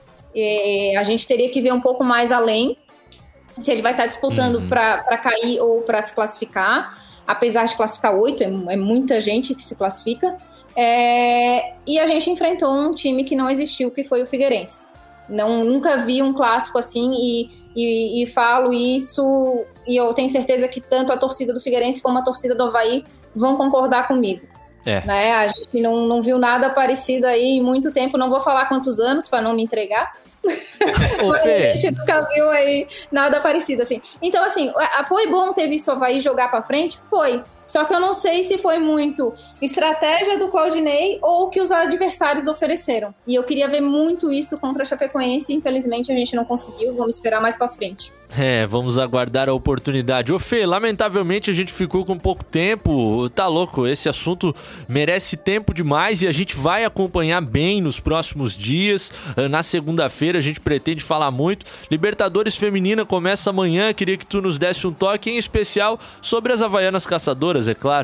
E a gente teria que ver um pouco mais além, se ele vai estar disputando uhum. para cair ou para se classificar. Apesar de classificar oito, é, é muita gente que se classifica. É, e a gente enfrentou um time que não existiu, que foi o Figueirense. Não, nunca vi um clássico assim e, e, e falo isso e eu tenho certeza que tanto a torcida do Figueirense como a torcida do Avaí vão concordar comigo. É. Né? A gente não, não viu nada parecido aí em muito tempo, não vou falar quantos anos para não me entregar. Ô, Fê. A gente nunca viu aí nada parecido assim. Então assim, foi bom ter visto o Avaí jogar para frente? Foi. Só que eu não sei se foi muito estratégia do Claudinei ou o que os adversários ofereceram. E eu queria ver muito isso contra a Chapecoense. Infelizmente a gente não conseguiu, vamos esperar mais pra frente. É, vamos aguardar a oportunidade. Ô Fê, lamentavelmente a gente ficou com pouco tempo. Tá louco, esse assunto merece tempo demais e a gente vai acompanhar bem nos próximos dias. Na segunda-feira a gente pretende falar muito. Libertadores Feminina começa amanhã. Queria que tu nos desse um toque, em especial sobre as Havaianas Caçadoras, é claro.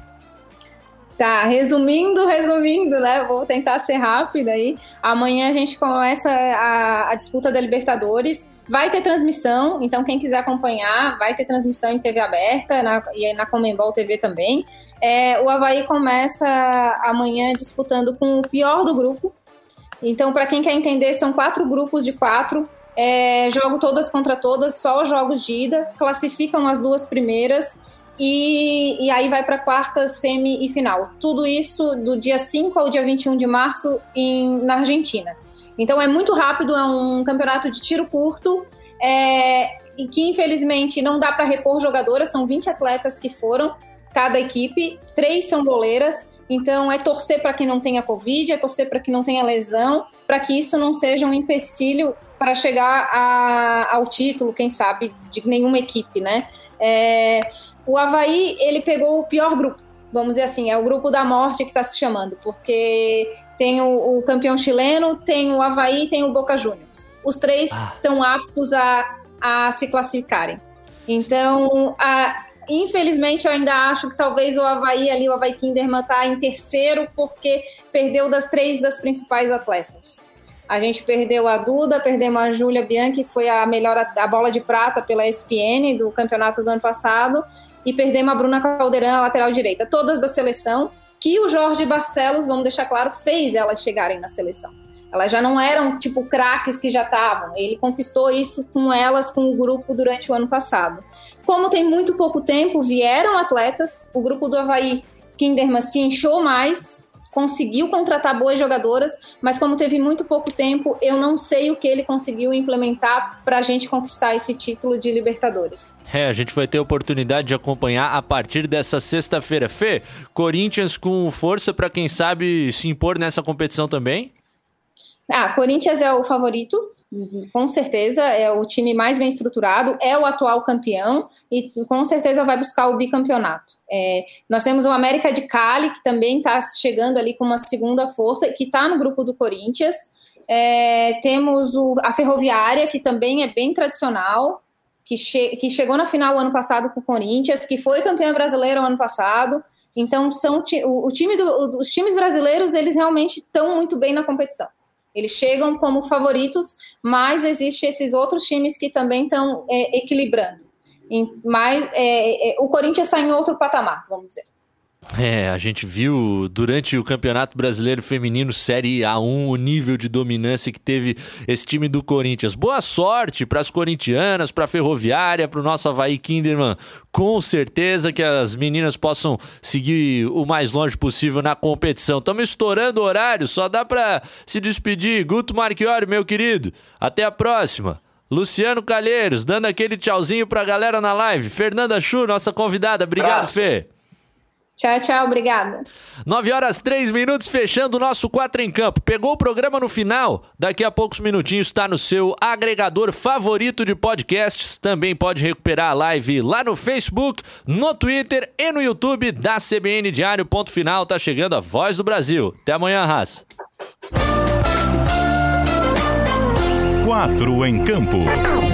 Tá, resumindo, resumindo, né? Vou tentar ser rápida aí. Amanhã a gente começa a, a disputa da Libertadores. Vai ter transmissão, então quem quiser acompanhar, vai ter transmissão em T V aberta na, e na Conmebol T V também. É, o Avaí começa amanhã disputando com o pior do grupo. Então, para quem quer entender, são quatro grupos de quatro. É, jogam todas contra todas, só jogos de ida. Classificam as duas primeiras. E, e aí vai para quarta, semi e final. Tudo isso do dia cinco ao dia vinte e um de março em, na Argentina. Então é muito rápido, é um campeonato de tiro curto, é, e que infelizmente não dá para repor jogadoras, são vinte atletas que foram, cada equipe, três são goleiras, então é torcer para que não tenha Covid, é torcer para que não tenha lesão, para que isso não seja um empecilho para chegar a, ao título, quem sabe, de nenhuma equipe, né? É, o Avaí, ele pegou o pior grupo, vamos dizer assim, é o grupo da morte que está se chamando, porque tem o, o campeão chileno, tem o Avaí, tem o Boca Juniors. Os três estão ah. aptos a, a se classificarem. Então, a, infelizmente, eu ainda acho que talvez o Avaí ali, o Avaí Kinderman está em terceiro, porque perdeu das três das principais atletas. A gente perdeu a Duda, perdemos a Júlia Bianchi, que foi a melhor a bola de prata pela E S P N do campeonato do ano passado, e perdemos a Bruna Caldeirão, a lateral direita, todas da seleção, que o Jorge Barcelos, vamos deixar claro, fez elas chegarem na seleção. Elas já não eram, tipo, craques que já estavam. Ele conquistou isso com elas, com o grupo, durante o ano passado. Como tem muito pouco tempo, vieram atletas, o grupo do Avaí Kinderman se inchou mais, conseguiu contratar boas jogadoras, mas como teve muito pouco tempo, eu não sei o que ele conseguiu implementar para a gente conquistar esse título de Libertadores. É, a gente vai ter a oportunidade de acompanhar a partir dessa sexta-feira. Fê, Corinthians com força para quem sabe se impor nessa competição também? Ah, Corinthians é o favorito, com certeza, é o time mais bem estruturado, é o atual campeão e com certeza vai buscar o bicampeonato. É, nós temos o América de Cali, que também está chegando ali com uma segunda força, que está no grupo do Corinthians. É, temos o, a Ferroviária, que também é bem tradicional, que, che, que chegou na final ano passado com o Corinthians, que foi campeã brasileira o ano passado. Então, são, o, o time do, os times brasileiros, eles realmente estão muito bem na competição. Eles chegam como favoritos, mas existem esses outros times que também estão é, equilibrando. Mas é, é, o Corinthians está em outro patamar, vamos dizer. É, a gente viu durante o Campeonato Brasileiro Feminino Série A um o nível de dominância que teve esse time do Corinthians. Boa sorte para as corintianas, para a Ferroviária, para o nosso Avaí Kinderman. Com certeza que as meninas possam seguir o mais longe possível na competição. Estamos estourando o horário, só dá para se despedir. Guto Marchiori, meu querido, até a próxima. Luciano Calheiros, dando aquele tchauzinho para a galera na live. Fernanda Chu, nossa convidada. Obrigado, Praça. Fê. Tchau, tchau, obrigada. nove horas, três minutos, fechando o nosso quatro em Campo. Pegou o programa no final? Daqui a poucos minutinhos está no seu agregador favorito de podcasts. Também pode recuperar a live lá no Facebook, no Twitter e no YouTube da C B N Diário. Ponto final, tá chegando a Voz do Brasil. Até amanhã, raça. quatro em Campo.